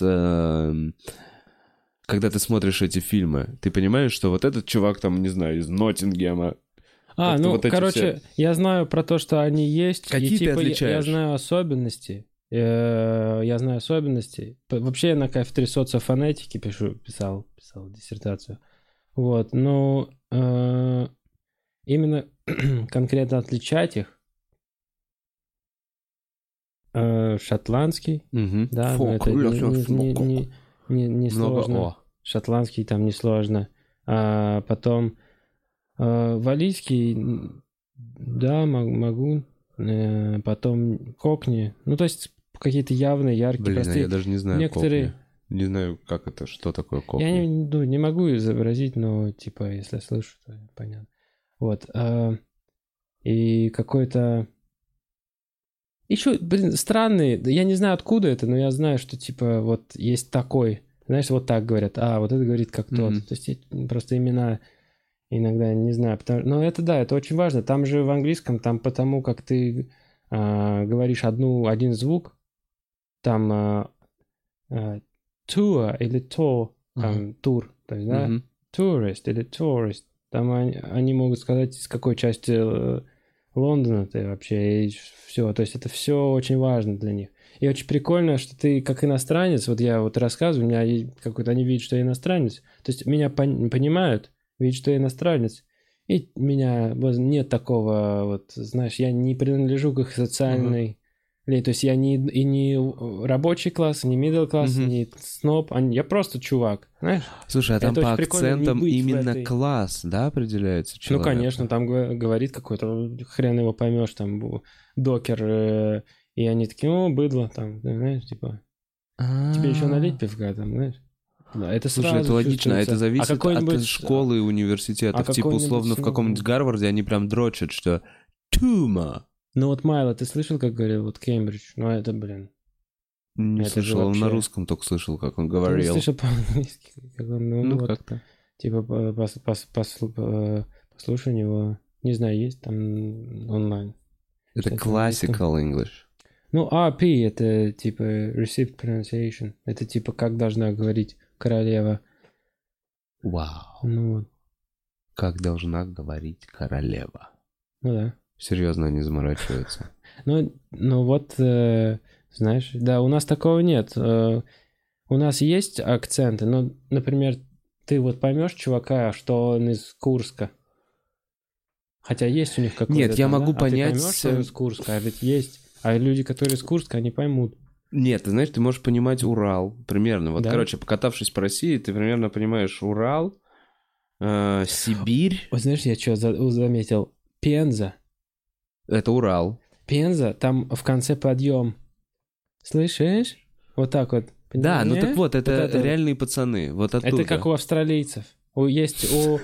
когда ты смотришь эти фильмы, ты понимаешь, что вот этот чувак там, не знаю, из Ноттингема. Короче, я знаю про то, что они есть. Какие ты отличаешь? Я знаю особенности. Вообще я на кафедре социофонетики писал диссертацию. Вот, но именно конкретно отличать их. Шотландский, да, но это не сложно. Шотландский там не сложно. Потом Валийский, да, могу. Потом кокни. Ну, то есть какие-то явные, яркие, Блин, простые. я даже не знаю некоторые... кокни. Не знаю, как это, что такое кокни. Я не могу изобразить, но, типа, если слышу, то понятно. Вот. И какой-то... Еще, блин, странный, я не знаю, откуда это, но я знаю, что, типа, вот есть такой, знаешь, вот так говорят, вот это говорит как тот. То есть просто имена иногда не знаю. Но это, да, это очень важно. Там же в английском, там потому как ты говоришь один звук, там tour или tour, там тур, то есть, да, tourist или tourist. Там они могут сказать, из какой части Лондона ты вообще, и все. То есть это все очень важно для них. И очень прикольно, что ты как иностранец, вот я вот рассказываю, у меня какой-то, они видят, что я иностранец, то есть меня понимают, видят, что я иностранец, и меня нет такого, вот, знаешь, я не принадлежу к их социальной... То есть я не рабочий класс, не middle класс, не сноб, я просто чувак, знаешь? Слушай, а там по акцентам именно класс, да, определяется человек? Ну, конечно, там говорит какой-то, хрен его поймешь, там, докер, и они такие, быдло, там, знаешь, типа, тебе еще налить пивка, там, знаешь? Да, это слушай, это логично, это зависит от школы и университетов. Типа, условно, в каком-нибудь Гарварде они прям дрочат, что «тума». Ну вот Майло, ты слышал, как говорил вот Кембридж? Ну это, блин. Не это слышал, он на русском только слышал, как он говорил. Ты не слышал по-английски? Ну вот, как-то. Типа послушай него. Не знаю, есть там онлайн. Это classical English. Ну, RP это типа received pronunciation. Это типа как должна говорить королева. Вау. Ну вот. Как должна говорить королева. Ну да. Серьезно, они заморачиваются. Ну вот, знаешь, да, у нас такого нет. У нас есть акценты, но, например, ты вот поймешь чувака, что он из Курска. Хотя есть у них какой-то... Нет, я могу понять... ты поймешь, что он из Курска, а ведь есть... А люди, которые из Курска, они поймут. Нет, ты знаешь, ты можешь понимать Урал примерно. Вот, да? Короче, покатавшись по России, ты примерно понимаешь Урал, Сибирь. Вот знаешь, я что заметил? Пенза. Это Урал. Пенза, там в конце подъем. Слышишь? Вот так вот. Да, ну так вот, это реальные пацаны. Вот оттуда. Это как у австралийцев. Есть у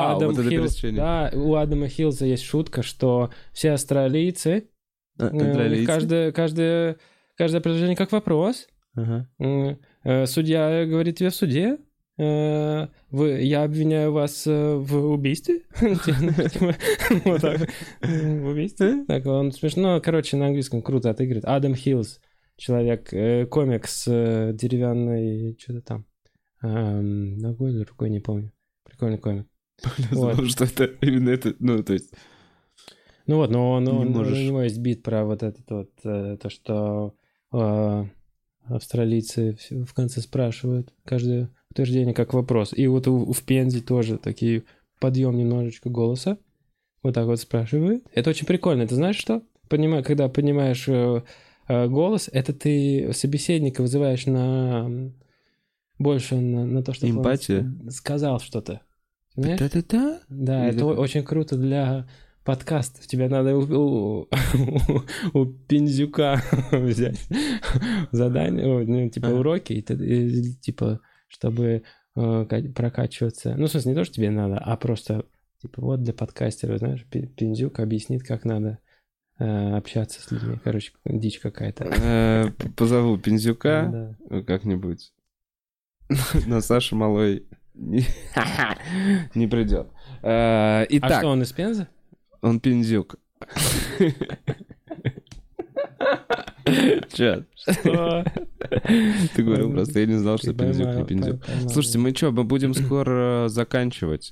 Адама Хиллза есть шутка, что все австралийцы, каждое предложение как вопрос. Судья говорит тебе в суде, я обвиняю вас в убийстве. Вот так. В убийстве. Так, он смешно. Короче, на английском круто отыгрывает. Адам Хиллз. Человек, комик с деревянной... Что-то там. Ногой или рукой, не помню. Прикольный комик. Потому что это именно это... Ну, то есть... Ну вот, но у него есть бит про вот это вот... То, что австралийцы в конце спрашивают каждое утверждение как вопрос. И вот в Пензе тоже такие подъем немножечко голоса. Вот так вот спрашивают. Это очень прикольно. Ты знаешь что? Когда поднимаешь голос, это ты собеседника вызываешь больше на то, чтобы эмпатию? Он сказал что-то. Знаешь? Да-да-да? Да, это очень круто для подкастов. Тебе надо у Пензюка взять задание, типа уроки, и типа, чтобы прокачиваться. Ну, в смысле, не то, что тебе надо, а просто, типа, вот для подкастеров, знаешь, Пензюк объяснит, как надо общаться с людьми. Короче, дичь какая-то. Позову Пензюка как-нибудь. Но Саша Малой не придет. Итак. А что, он из Пензы? Он Пензюк. Чё? Что? Ты говорил просто, я не знал, что Пензюк не Пензюк. Слушайте, мы будем скоро заканчивать.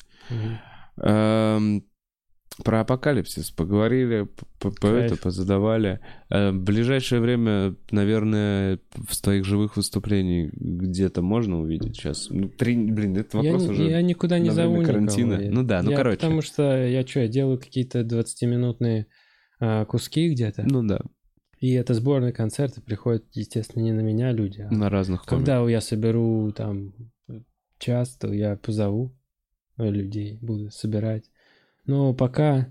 Про апокалипсис поговорили, позадавали. В ближайшее время, наверное, в твоих живых выступлениях где-то можно увидеть сейчас. Этот вопрос уже... Я никуда не зову карантина. Короче. Потому что я делаю какие-то 20-минутные куски где-то. Ну да. И это сборные концерты, приходят, естественно, не на меня люди, а на разных когда я соберу там час, то я позову людей, буду собирать. Но пока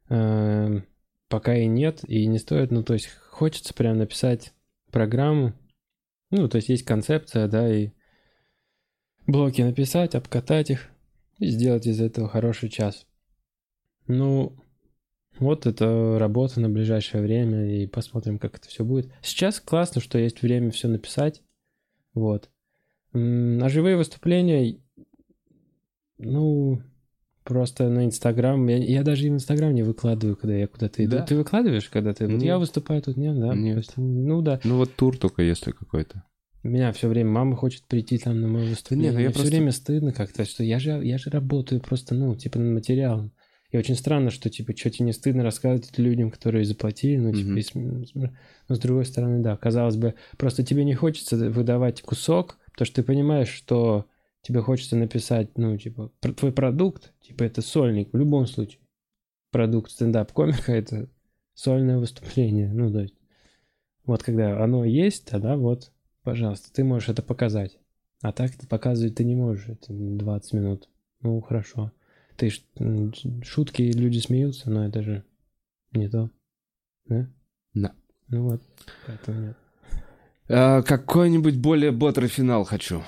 и нет, и не стоит. Ну, то есть хочется прям написать программу. Ну, то есть есть концепция, да, и блоки написать, обкатать их и сделать из этого хороший час. Ну, вот это работа на ближайшее время, и посмотрим, как это все будет. Сейчас классно, что есть время все написать. Вот. А живые выступления, ну, просто на Инстаграм. Я даже и в Инстаграм не выкладываю, когда я куда-то иду. Да? Ты выкладываешь, когда ты... Вот я выступаю тут, нет, да? Нет. Есть, ну, да. Ну, вот тур только если какой-то. Меня все время мама хочет прийти там на мое выступление. Нет, мне все время стыдно как-то, что я же работаю просто, ну, типа, над материалом. И очень странно, что, типа, что тебе не стыдно рассказывать людям, которые заплатили, ну, типа, но с другой стороны, да, казалось бы, просто тебе не хочется выдавать кусок, потому что ты понимаешь, что тебе хочется написать, ну, типа, твой продукт, типа, это сольник, в любом случае. Продукт стендап-комика — это сольное выступление, ну, то есть, вот когда оно есть, тогда вот, пожалуйста, ты можешь это показать. А так это показывать ты не можешь, это 20 минут. Ну, хорошо. Ты шутки, люди смеются, но это же не то. Да? Да. Ну вот, поэтому нет. Какой-нибудь более бодрый финал хочу.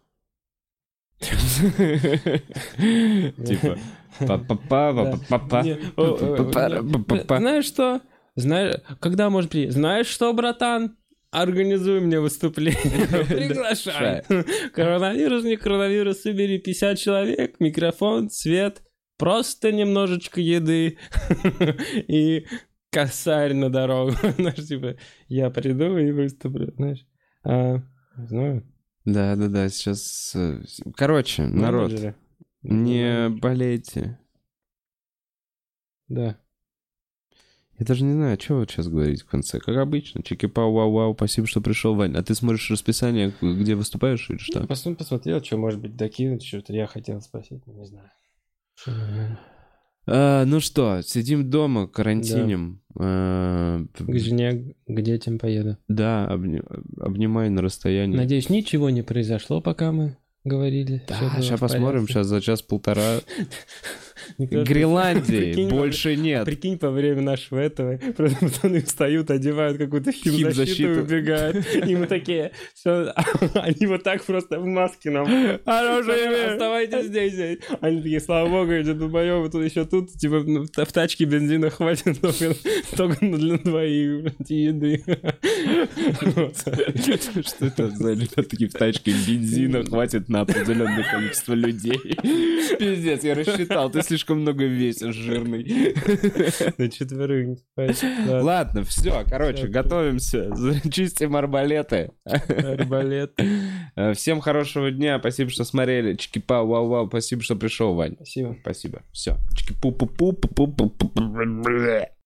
Типа... Знаешь что? Когда может прийти? Знаешь что, братан? Организуй мне выступление. Приглашай. Коронавирус, не коронавирус, собери 50 человек, микрофон, свет, просто немножечко еды и косарь на дорогу. Знаешь, типа, я приду и выступлю, знаешь. Знаю. Да, сейчас... Короче, народ, не болейте. Да. Я даже не знаю, что вот сейчас говорить в конце. Как обычно. Чики-пау, вау-вау, спасибо, что пришел, Вань. А ты смотришь расписание, где выступаешь или что? Посмотрел, что, может быть, докинуть, что-то я хотел спросить, но не знаю. Ну что, сидим дома, карантиним. Да. К жене, к детям поеду. Да, обнимай на расстоянии. Надеюсь, ничего не произошло, пока мы говорили. Да, сейчас посмотрим, сейчас за час-полтора. Гренландии больше нет. Прикинь, по время нашего этого, просто пацаны встают, одевают какую-то химзащиту и убегают. И мы такие, они вот так просто в маске нам. Оставайтесь здесь. Они такие, слава богу, эти долбоёбы тут еще тут, типа, в тачке бензина хватит только для двоих еды. Что это за люди такие в тачке бензина хватит на определенное количество людей? Пиздец, я рассчитал, ты слишком много весишь, жирный. На четверых. Ладно, все, короче, готовимся, чистим арбалеты. Всем хорошего дня, спасибо, что смотрели. Чики-пау, вау-вау, спасибо, что пришел, Вань. Спасибо. Спасибо. Все. Чики-пу-пу-пу-пу-пу-пу-пу.